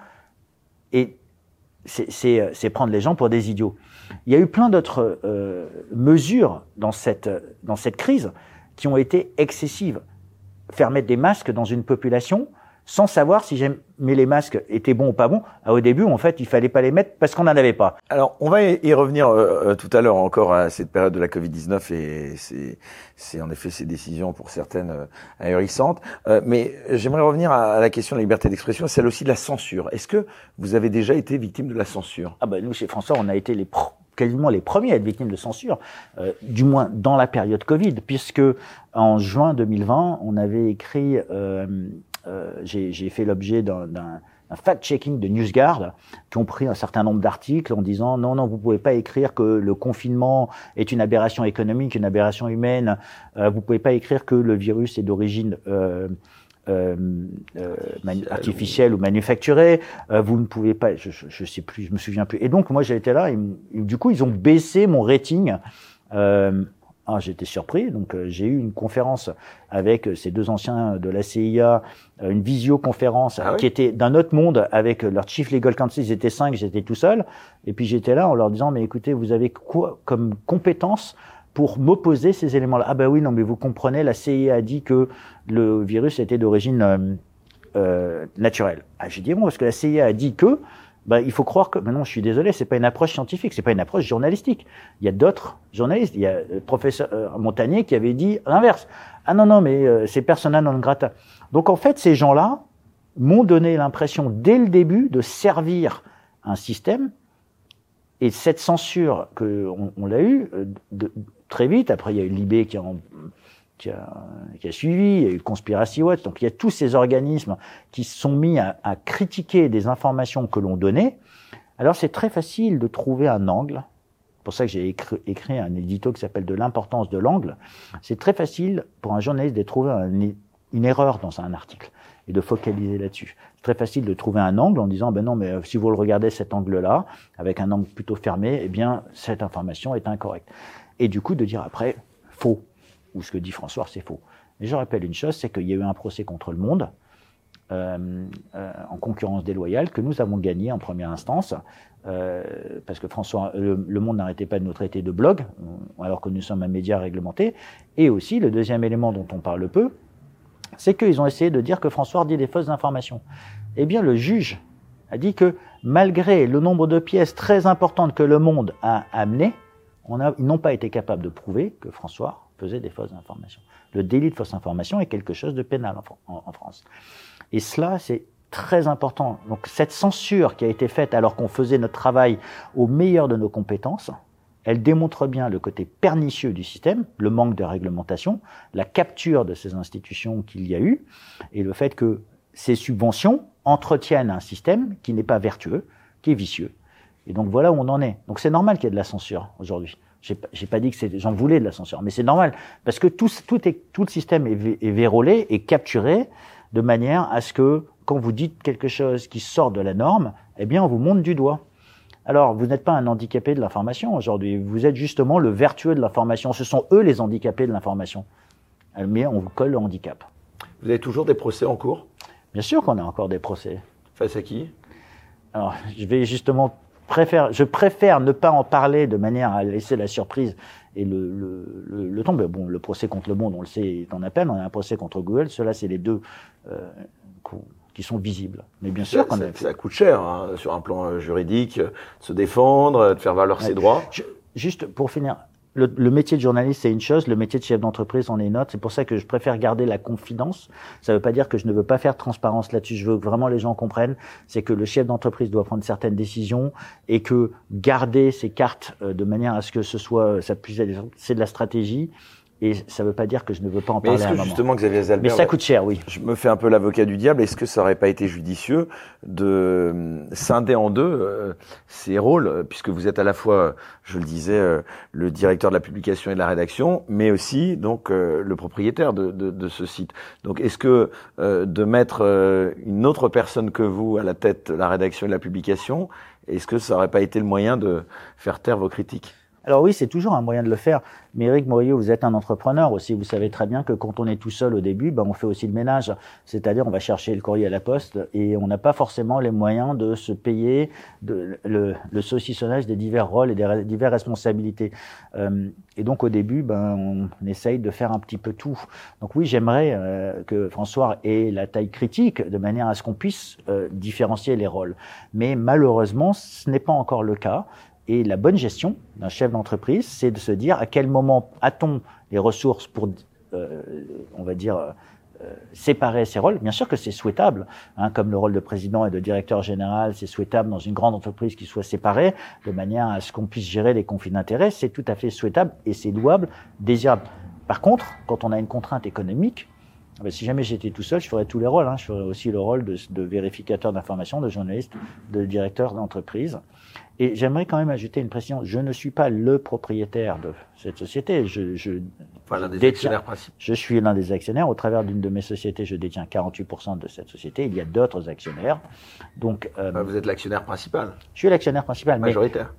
c'est prendre les gens pour des idiots. Il y a eu plein d'autres mesures dans cette crise qui ont été excessives. Faire mettre des masques dans une population sans savoir si jamais les masques étaient bons ou pas bons. Au début, en fait, il fallait pas les mettre parce qu'on n'en avait pas. Alors, on va y revenir tout à l'heure encore à cette période de la Covid-19 et c'est en effet ces décisions pour certaines ahurissantes. Mais j'aimerais revenir à la question de la liberté d'expression, celle aussi de la censure. Est-ce que vous avez déjà été victime de la censure ? Nous, chez François, on a été quasiment les premiers à être victimes de censure, du moins dans la période Covid, puisque en juin 2020, on avait écrit, j'ai fait l'objet d'un fact-checking de NewsGuard, qui ont pris un certain nombre d'articles en disant non, vous pouvez pas écrire que le confinement est une aberration économique, une aberration humaine, vous pouvez pas écrire que le virus est d'origine artificielle ou manufacturée, vous ne pouvez pas, je sais plus, je me souviens plus. Et donc moi j'ai été là, et du coup ils ont baissé mon rating J'étais surpris. Donc, j'ai eu une conférence avec ces deux anciens de la CIA, une visioconférence qui était d'un autre monde avec leur chief legal counsel. Ils étaient 5, j'étais tout seul. Et puis, j'étais là en leur disant, mais écoutez, vous avez quoi comme compétence pour m'opposer ces éléments-là? Ah ben oui, non, mais vous comprenez, la CIA a dit que le virus était d'origine naturelle. J'ai dit, bon, parce que la CIA a dit que, il faut croire que, maintenant je suis désolé, c'est pas une approche scientifique, c'est pas une approche journalistique. Il y a d'autres journalistes, il y a le professeur Montagnier qui avait dit l'inverse. Ah non, mais c'est persona non grata. Donc en fait, ces gens-là m'ont donné l'impression dès le début de servir un système, et cette censure on l'a eu très vite. Après, il y a eu Libé qui a suivi, il y a eu Conspiracy Watch, donc il y a tous ces organismes qui se sont mis à critiquer des informations que l'on donnait. Alors c'est très facile de trouver un angle, c'est pour ça que j'ai écrit un édito qui s'appelle « De l'importance de l'angle ». C'est très facile pour un journaliste de trouver une erreur dans un article et de focaliser là-dessus. C'est très facile de trouver un angle en disant non, mais si vous le regardez cet angle-là, avec un angle plutôt fermé, eh bien cette information est incorrecte. Et du coup de dire après faux, ou ce que dit François, c'est faux. Mais je rappelle une chose, c'est qu'il y a eu un procès contre Le Monde, en concurrence déloyale, que nous avons gagné en première instance, parce que François, Le Monde n'arrêtait pas de nous traiter de blog, alors que nous sommes un média réglementé. Et aussi, le deuxième élément dont on parle peu, c'est qu'ils ont essayé de dire que François dit des fausses informations. Eh bien, le juge a dit que malgré le nombre de pièces très importantes que Le Monde a amenées, ils n'ont pas été capables de prouver que François faisait des fausses informations. Le délit de fausse information est quelque chose de pénal en France. Et cela, c'est très important. Donc cette censure qui a été faite alors qu'on faisait notre travail au meilleur de nos compétences, elle démontre bien le côté pernicieux du système, le manque de réglementation, la capture de ces institutions qu'il y a eu, et le fait que ces subventions entretiennent un système qui n'est pas vertueux, qui est vicieux. Et donc voilà où on en est. Donc c'est normal qu'il y ait de la censure aujourd'hui. J'ai pas dit que j'en voulais de la censure, mais c'est normal parce que tout le système est vérolé et capturé de manière à ce que quand vous dites quelque chose qui sort de la norme, eh bien on vous monte du doigt. Alors vous n'êtes pas un handicapé de l'information aujourd'hui, vous êtes justement le vertueux de l'information. Ce sont eux les handicapés de l'information. Mais on vous colle le handicap. Vous avez toujours des procès en cours? Bien sûr qu'on a encore des procès. Face à qui? Alors je préfère ne pas en parler de manière à laisser la surprise et le temps. Bon, le procès contre Le Monde, on le sait, est en appel. On a un procès contre Google. Ceux-là, c'est les deux qui sont visibles. Mais bien sûr ça coûte cher sur un plan juridique, de se défendre, de faire valoir ses droits. Juste pour finir. Le métier de journaliste, c'est une chose, le métier de chef d'entreprise, on est une autre. C'est pour ça que je préfère garder la confidence. Ça ne veut pas dire que je ne veux pas faire de transparence là-dessus. Je veux que vraiment les gens comprennent. C'est que le chef d'entreprise doit prendre certaines décisions et que garder ses cartes de manière à ce que c'est de la stratégie. Et ça ne veut pas dire que je ne veux pas en parler à un moment. Justement, Xavier Zalbert, mais ça coûte cher, oui. Je me fais un peu l'avocat du diable. Est-ce que ça n'aurait pas été judicieux de scinder en deux ces rôles, puisque vous êtes à la fois, je le disais, le directeur de la publication et de la rédaction, mais aussi donc le propriétaire de ce site. Donc, est-ce que de mettre une autre personne que vous à la tête de la rédaction et de la publication, est-ce que ça n'aurait pas été le moyen de faire taire vos critiques? Alors oui, c'est toujours un moyen de le faire. Mais Éric Morillo, vous êtes un entrepreneur aussi. Vous savez très bien que quand on est tout seul au début, on fait aussi le ménage. C'est-à-dire, on va chercher le courrier à la poste et on n'a pas forcément les moyens de se payer le saucissonnage des divers rôles et des diverses responsabilités. Et donc, au début, on essaye de faire un petit peu tout. Donc oui, j'aimerais que François ait la taille critique de manière à ce qu'on puisse différencier les rôles. Mais malheureusement, ce n'est pas encore le cas. Et la bonne gestion d'un chef d'entreprise, c'est de se dire à quel moment a-t-on les ressources pour, séparer ces rôles. Bien sûr que c'est souhaitable, comme le rôle de président et de directeur général, c'est souhaitable dans une grande entreprise qui soit séparée, de manière à ce qu'on puisse gérer les conflits d'intérêts. C'est tout à fait souhaitable et c'est louable, désirable. Par contre, quand on a une contrainte économique, si jamais j'étais tout seul, je ferais tous les rôles. Je ferais aussi le rôle de vérificateur d'information, de journaliste, de directeur d'entreprise. Et j'aimerais quand même ajouter une précision. Je ne suis pas le propriétaire de cette société. L'un des actionnaires principaux. Je suis l'un des actionnaires. Au travers d'une de mes sociétés, je détiens 48% de cette société. Il y a d'autres actionnaires. Donc, vous êtes l'actionnaire principal. Je suis l'actionnaire principal. Majoritaire.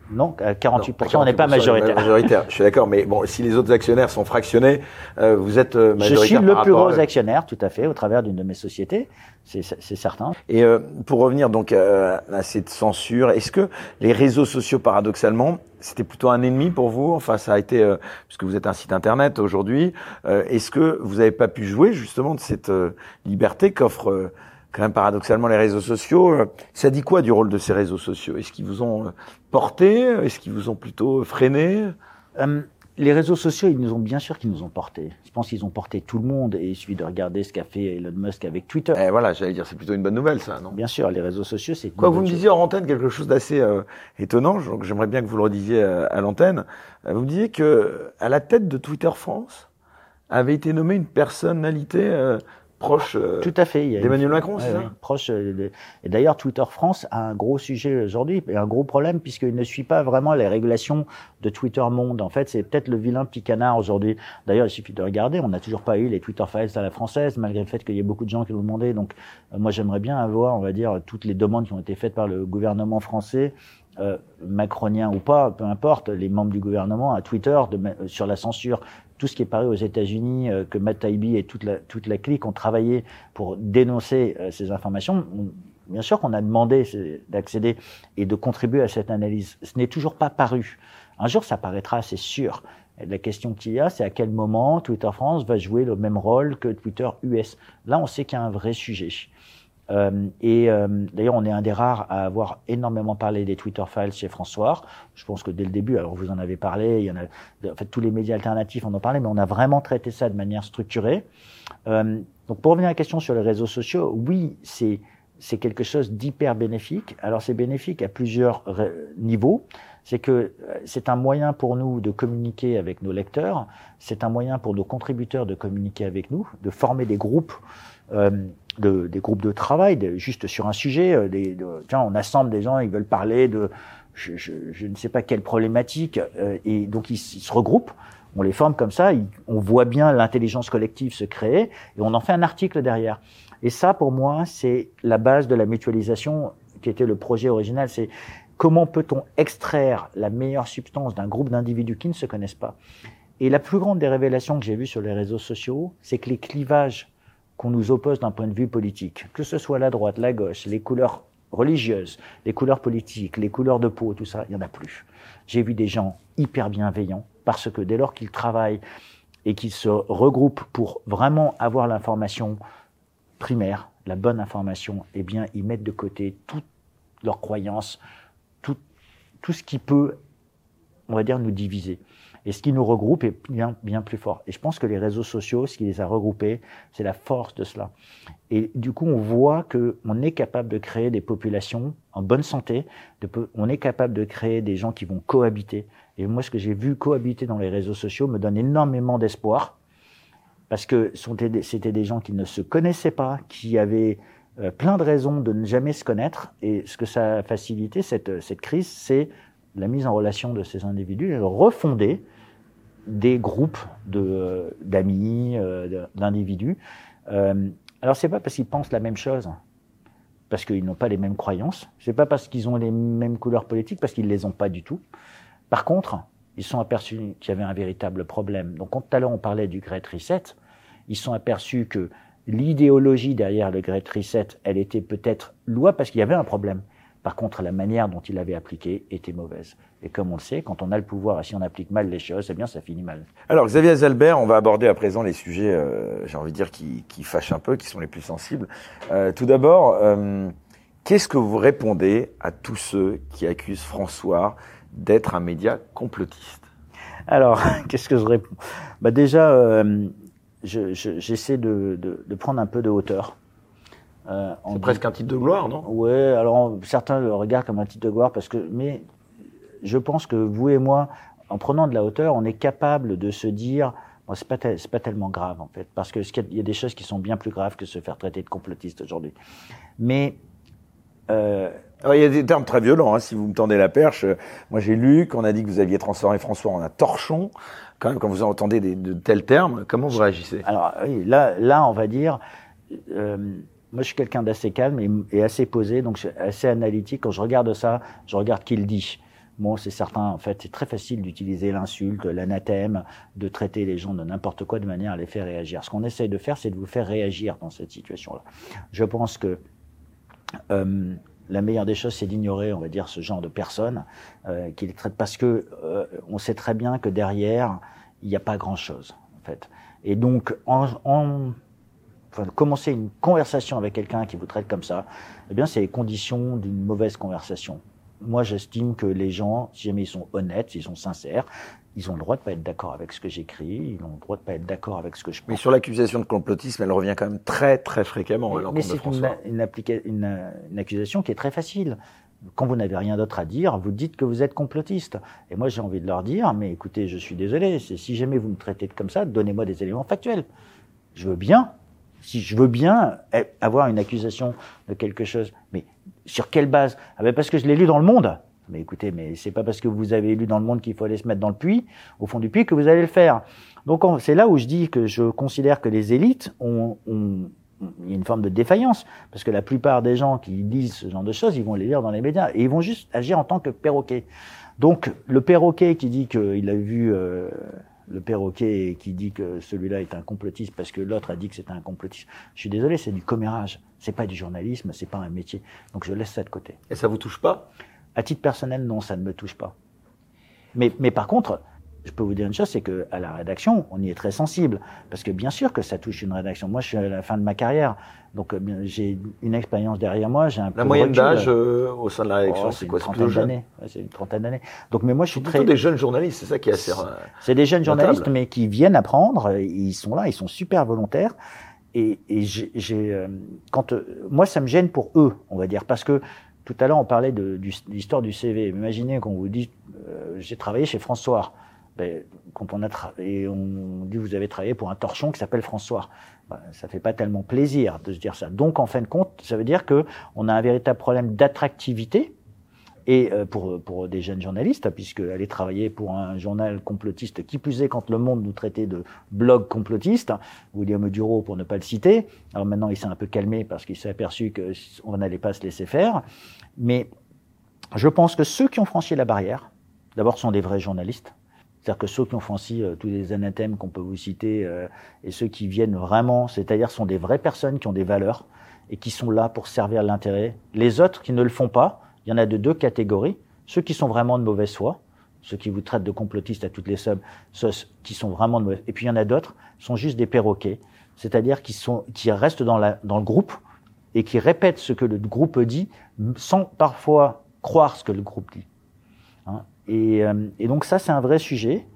Non, à 48%, Non, on n'est pas majoritaire. Je suis d'accord, mais bon, si les autres actionnaires sont fractionnés, vous êtes majoritaire. Je suis le par plus rapport gros actionnaire, tout à fait, au travers d'une de mes sociétés, c'est certain. Et pour revenir donc à cette censure, est-ce que les réseaux sociaux, paradoxalement, c'était plutôt un ennemi pour vous? Enfin, ça a été, puisque vous êtes un site internet aujourd'hui, est-ce que vous n'avez pas pu jouer justement de cette liberté qu'offrent quand même paradoxalement les réseaux sociaux? Ça dit quoi du rôle de ces réseaux sociaux? Est-ce qu'ils vous ont porté? Est-ce qu'ils vous ont plutôt freiné? Les réseaux sociaux, bien sûr qu'ils nous ont portés. Je pense qu'ils ont porté tout le monde et il suffit de regarder ce qu'a fait Elon Musk avec Twitter. Et voilà, j'allais dire, c'est plutôt une bonne nouvelle, ça, non? Bien sûr, les réseaux sociaux, c'est Quoi, vous me disiez en antenne quelque chose d'assez étonnant, donc j'aimerais bien que vous le redisiez à l'antenne. Vous me disiez que à la tête de Twitter France avait été nommée une personnalité proche tout à fait, d'Emmanuel Macron, c'est ça? Oui, proche. Et d'ailleurs, Twitter France a un gros sujet aujourd'hui et un gros problème puisqu'il ne suit pas vraiment les régulations de Twitter Monde. En fait, c'est peut-être le vilain petit canard aujourd'hui. D'ailleurs, il suffit de regarder. On n'a toujours pas eu les Twitter Files à la française, malgré le fait qu'il y ait beaucoup de gens qui l'ont demandé. Donc, moi, j'aimerais bien avoir, on va dire, toutes les demandes qui ont été faites par le gouvernement français. Macronien ou pas, peu importe, les membres du gouvernement à Twitter sur la censure, tout ce qui est paru aux États-Unis, que Matt Taibbi et toute la clique ont travaillé pour dénoncer ces informations. Bien sûr qu'on a demandé d'accéder et de contribuer à cette analyse. Ce n'est toujours pas paru. Un jour, ça paraîtra, c'est sûr. Et la question qu'il y a, c'est à quel moment Twitter France va jouer le même rôle que Twitter US. Là, on sait qu'il y a un vrai sujet. D'ailleurs, on est un des rares à avoir énormément parlé des Twitter Files chez François. Je pense que dès le début, alors vous en avez parlé, il y en a, en fait, tous les médias alternatifs en ont parlé, mais on a vraiment traité ça de manière structurée. Donc, pour revenir à la question sur les réseaux sociaux, oui, c'est quelque chose d'hyper bénéfique. Alors, c'est bénéfique à plusieurs niveaux. C'est que c'est un moyen pour nous de communiquer avec nos lecteurs. C'est un moyen pour nos contributeurs de communiquer avec nous, de former des groupes. Des groupes de travail, juste sur un sujet. Tiens, on assemble des gens, ils veulent parler de je ne sais pas quelle problématique, et donc ils se regroupent. On les forme comme ça, on voit bien l'intelligence collective se créer, et on en fait un article derrière. Et ça, pour moi, c'est la base de la mutualisation qui était le projet original. C'est comment peut-on extraire la meilleure substance d'un groupe d'individus qui ne se connaissent pas. Et la plus grande des révélations que j'ai vues sur les réseaux sociaux, c'est que les clivages qu'on nous oppose d'un point de vue politique, que ce soit la droite, la gauche, les couleurs religieuses, les couleurs politiques, les couleurs de peau, tout ça, il n'y en a plus. J'ai vu des gens hyper bienveillants parce que dès lors qu'ils travaillent et qu'ils se regroupent pour vraiment avoir l'information primaire, la bonne information, eh bien, ils mettent de côté toutes leurs croyances, tout ce qui peut, on va dire, nous diviser. Et ce qui nous regroupe est bien plus fort. Et je pense que les réseaux sociaux, ce qui les a regroupés, c'est la force de cela. Et du coup, on voit qu'on est capable de créer des populations en bonne santé, on est capable de créer des gens qui vont cohabiter. Et moi, ce que j'ai vu cohabiter dans les réseaux sociaux me donne énormément d'espoir, parce que c'était des gens qui ne se connaissaient pas, qui avaient plein de raisons de ne jamais se connaître. Et ce que ça a facilité, cette crise, c'est la mise en relation de ces individus et refonder des groupes d'amis, d'individus. Alors, c'est pas parce qu'ils pensent la même chose, parce qu'ils n'ont pas les mêmes croyances. C'est pas parce qu'ils ont les mêmes couleurs politiques, parce qu'ils les ont pas du tout. Par contre, ils sont aperçus qu'il y avait un véritable problème. Donc, quand tout à l'heure on parlait du Great Reset, ils sont aperçus que l'idéologie derrière le Great Reset, elle était peut-être louable parce qu'il y avait un problème. Par contre, la manière dont il l'avait appliqué était mauvaise. Et comme on le sait, quand on a le pouvoir et si on applique mal les choses, eh bien, ça finit mal. Alors, Xavier Azalbert, on va aborder à présent les sujets, j'ai envie de dire, qui fâchent un peu, qui sont les plus sensibles. Tout d'abord, qu'est-ce que vous répondez à tous ceux qui accusent François d'être un média complotiste? Alors, qu'est-ce que je réponds? Déjà, j'essaie de prendre un peu de hauteur. C'est presque un titre de gloire, non? Ouais, alors certains le regardent comme un titre de gloire mais je pense que vous et moi, en prenant de la hauteur, on est capable de se dire, bon, c'est pas tellement grave en fait, parce que il y a des choses qui sont bien plus graves que se faire traiter de complotiste aujourd'hui. Mais alors, il y a des termes très violents, hein, si vous me tendez la perche. Moi, j'ai lu qu'on a dit que vous aviez transformé François en un torchon. Quand même, quand vous entendez de tels termes, comment vous réagissez? Alors oui, là, on va dire. Moi, je suis quelqu'un d'assez calme et assez posé, donc je suis assez analytique. Quand je regarde ça, je regarde qui le dit. Bon, c'est certain, en fait, c'est très facile d'utiliser l'insulte, l'anathème, de traiter les gens de n'importe quoi de manière à les faire réagir. Ce qu'on essaye de faire, c'est de vous faire réagir dans cette situation-là. Je pense que la meilleure des choses, c'est d'ignorer, on va dire, ce genre de personnes qui les traitent, parce que on sait très bien que derrière, il n'y a pas grand-chose, en fait. Et donc, commencer une conversation avec quelqu'un qui vous traite comme ça, eh bien, c'est les conditions d'une mauvaise conversation. Moi, j'estime que les gens, si jamais ils sont honnêtes, s'ils sont sincères, ils ont le droit de pas être d'accord avec ce que j'écris, ils ont le droit de pas être d'accord avec ce que je pense. Mais sur l'accusation de complotisme, elle revient quand même très, très fréquemment à l'encontre de François. Mais c'est une accusation qui est très facile. Quand vous n'avez rien d'autre à dire, vous dites que vous êtes complotiste. Et moi, j'ai envie de leur dire, mais écoutez, je suis désolé, si jamais vous me traitez comme ça, donnez-moi des éléments factuels. Je veux bien. Si je veux bien avoir une accusation de quelque chose, mais sur quelle base? Ah ben parce que je l'ai lu dans Le Monde. Mais écoutez, mais c'est pas parce que vous avez lu dans Le Monde qu'il faut aller se mettre dans le puits, au fond du puits, que vous allez le faire. Donc c'est là où je dis que je considère que les élites il y a une forme de défaillance, parce que la plupart des gens qui lisent ce genre de choses, ils vont les lire dans les médias, et ils vont juste agir en tant que perroquet. Donc le perroquet qui dit qu'il a vu... le perroquet qui dit que celui-là est un complotiste parce que l'autre a dit que c'était un complotiste. Je suis désolé, c'est du commérage. C'est pas du journalisme, c'est pas un métier. Donc je laisse ça de côté. Et ça vous touche pas? À titre personnel, non, ça ne me touche pas. Mais par contre, je peux vous dire une chose, c'est que à la rédaction, on y est très sensible, parce que bien sûr que ça touche une rédaction. Moi, je suis à la fin de ma carrière, donc j'ai une expérience derrière moi. J'ai un peu la moyenne d'âge au sein de la rédaction, c'est quoi? C'est une trentaine d'années. C'est une trentaine d'années. Donc, mais moi, je suis plutôt des jeunes journalistes, c'est ça qui est assez. C'est des jeunes journalistes, mais qui viennent apprendre. Ils sont là, ils sont super volontaires. Et moi, ça me gêne pour eux, on va dire, parce que tout à l'heure, on parlait de l'histoire du CV. Imaginez qu'on vous dit, j'ai travaillé chez François. Ben, quand on dit vous avez travaillé pour un torchon qui s'appelle François, ben, ça fait pas tellement plaisir de se dire ça. Donc en fin de compte, ça veut dire que on a un véritable problème d'attractivité et pour des jeunes journalistes, puisque aller travailler pour un journal complotiste, qui plus est quand Le Monde nous traitait de blog complotiste, William Dureau pour ne pas le citer. Alors maintenant il s'est un peu calmé parce qu'il s'est aperçu qu'on n'allait pas se laisser faire. Mais je pense que ceux qui ont franchi la barrière, d'abord sont des vrais journalistes. C'est-à-dire que ceux qui ont franchi tous les anathèmes qu'on peut vous citer et ceux qui viennent vraiment, c'est-à-dire sont des vraies personnes qui ont des valeurs et qui sont là pour servir l'intérêt. Les autres qui ne le font pas, il y en a de deux catégories. Ceux qui sont vraiment de mauvaise foi, ceux qui vous traitent de complotistes à toutes les sauces, ceux qui sont vraiment de mauvaise foi. Et puis il y en a d'autres qui sont juste des perroquets, c'est-à-dire qui restent dans le groupe et qui répètent ce que le groupe dit sans parfois croire ce que le groupe dit. Hein. Et donc ça, c'est un vrai sujet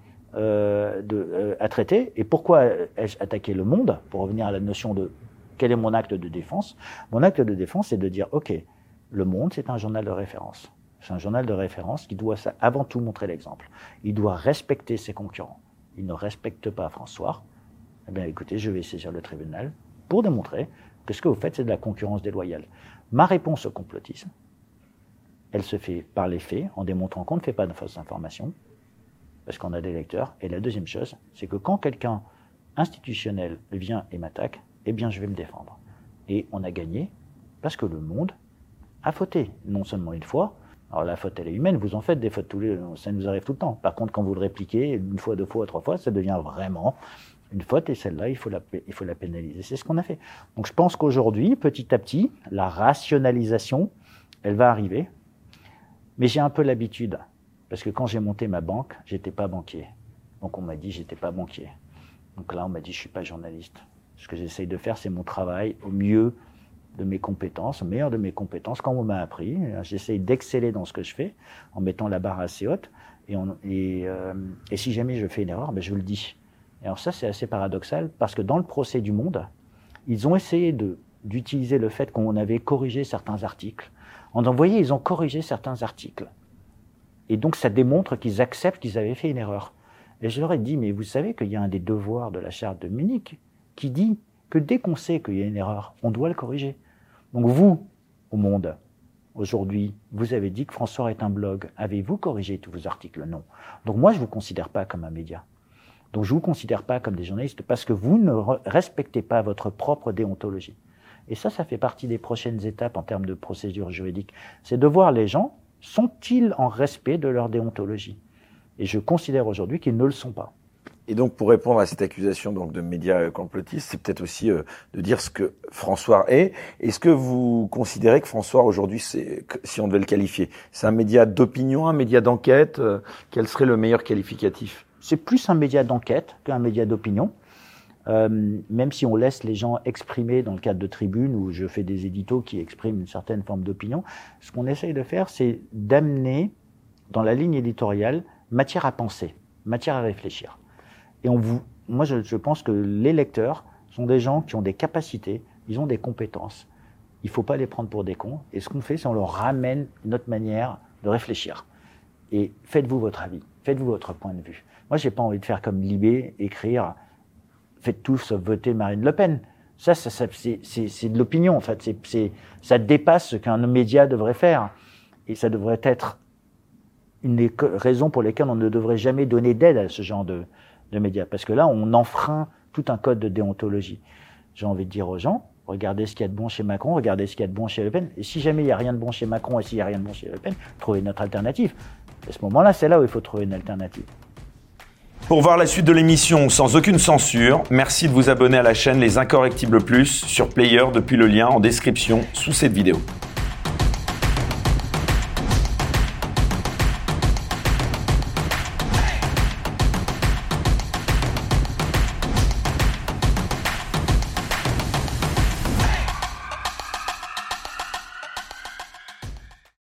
à traiter. Et pourquoi ai-je attaqué Le Monde? Pour revenir à la notion de quel est mon acte de défense. Mon acte de défense, c'est de dire, OK, Le Monde, c'est un journal de référence. C'est un journal de référence qui doit avant tout montrer l'exemple. Il doit respecter ses concurrents. Il ne respecte pas François. Eh bien, écoutez, je vais saisir le tribunal pour démontrer que ce que vous faites, c'est de la concurrence déloyale. Ma réponse au complotisme, elle se fait par les faits, en démontrant qu'on ne fait pas de fausses informations, parce qu'on a des lecteurs. Et la deuxième chose, c'est que quand quelqu'un institutionnel vient et m'attaque, eh bien, je vais me défendre. Et on a gagné, parce que Le Monde a fauté, non seulement une fois. Alors la faute, elle est humaine, vous en faites des fautes, ça nous arrive tout le temps. Par contre, quand vous le répliquez, une fois, deux fois, trois fois, ça devient vraiment une faute, et celle-là, il faut la pénaliser. C'est ce qu'on a fait. Donc je pense qu'aujourd'hui, petit à petit, la rationalisation, elle va arriver. Mais j'ai un peu l'habitude, parce que quand j'ai monté ma banque, j'étais pas banquier. Donc on m'a dit j'étais pas banquier. Donc là on m'a dit je suis pas journaliste. Ce que j'essaye de faire, c'est mon travail au mieux de mes compétences, au meilleur de mes compétences, comme on m'a appris. J'essaye d'exceller dans ce que je fais, en mettant la barre assez haute. Et si jamais je fais une erreur, ben je le dis. Et alors ça, c'est assez paradoxal, parce que dans le procès du Monde, ils ont essayé d'utiliser le fait qu'on avait corrigé certains articles. Vous voyez, ils ont corrigé certains articles. Et donc, ça démontre qu'ils acceptent qu'ils avaient fait une erreur. Et je leur ai dit, mais vous savez qu'il y a un des devoirs de la charte de Munich qui dit que dès qu'on sait qu'il y a une erreur, on doit le corriger. Donc vous, au Monde, aujourd'hui, vous avez dit que François est un blog. Avez-vous corrigé tous vos articles? Non. Donc moi, je ne vous considère pas comme un média. Donc je ne vous considère pas comme des journalistes parce que vous ne respectez pas votre propre déontologie. Et ça fait partie des prochaines étapes en termes de procédure juridique. C'est de voir les gens sont-ils en respect de leur déontologie? Et je considère aujourd'hui qu'ils ne le sont pas. Et donc, pour répondre à cette accusation donc de médias complotistes, c'est peut-être aussi de dire ce que François est. Est-ce que vous considérez que François, aujourd'hui, si on devait le qualifier, c'est un média d'opinion, un média d'enquête? Quel serait le meilleur qualificatif? C'est plus un média d'enquête qu'un média d'opinion. Même si on laisse les gens exprimer dans le cadre de tribunes où je fais des éditos qui expriment une certaine forme d'opinion, ce qu'on essaye de faire, c'est d'amener dans la ligne éditoriale matière à penser, matière à réfléchir. Et moi, je pense que les lecteurs sont des gens qui ont des capacités, ils ont des compétences. Il ne faut pas les prendre pour des cons. Et ce qu'on fait, c'est on leur ramène notre manière de réfléchir. Et faites-vous votre avis, faites-vous votre point de vue. Moi, j'ai pas envie de faire comme Libé, écrire « Faites tout sauf voter Marine Le Pen ». Ça c'est de l'opinion, en fait. Ça dépasse ce qu'un média devrait faire. Et ça devrait être une des raisons pour lesquelles on ne devrait jamais donner d'aide à ce genre de médias. Parce que là, on enfreint tout un code de déontologie. J'ai envie de dire aux gens, regardez ce qu'il y a de bon chez Macron, regardez ce qu'il y a de bon chez Le Pen. Et si jamais il n'y a rien de bon chez Macron et s'il n'y a rien de bon chez Le Pen, trouvez notre alternative. À ce moment-là, c'est là où il faut trouver une alternative. Pour voir la suite de l'émission sans aucune censure, merci de vous abonner à la chaîne Les Incorrectibles Plus sur Player depuis le lien en description sous cette vidéo.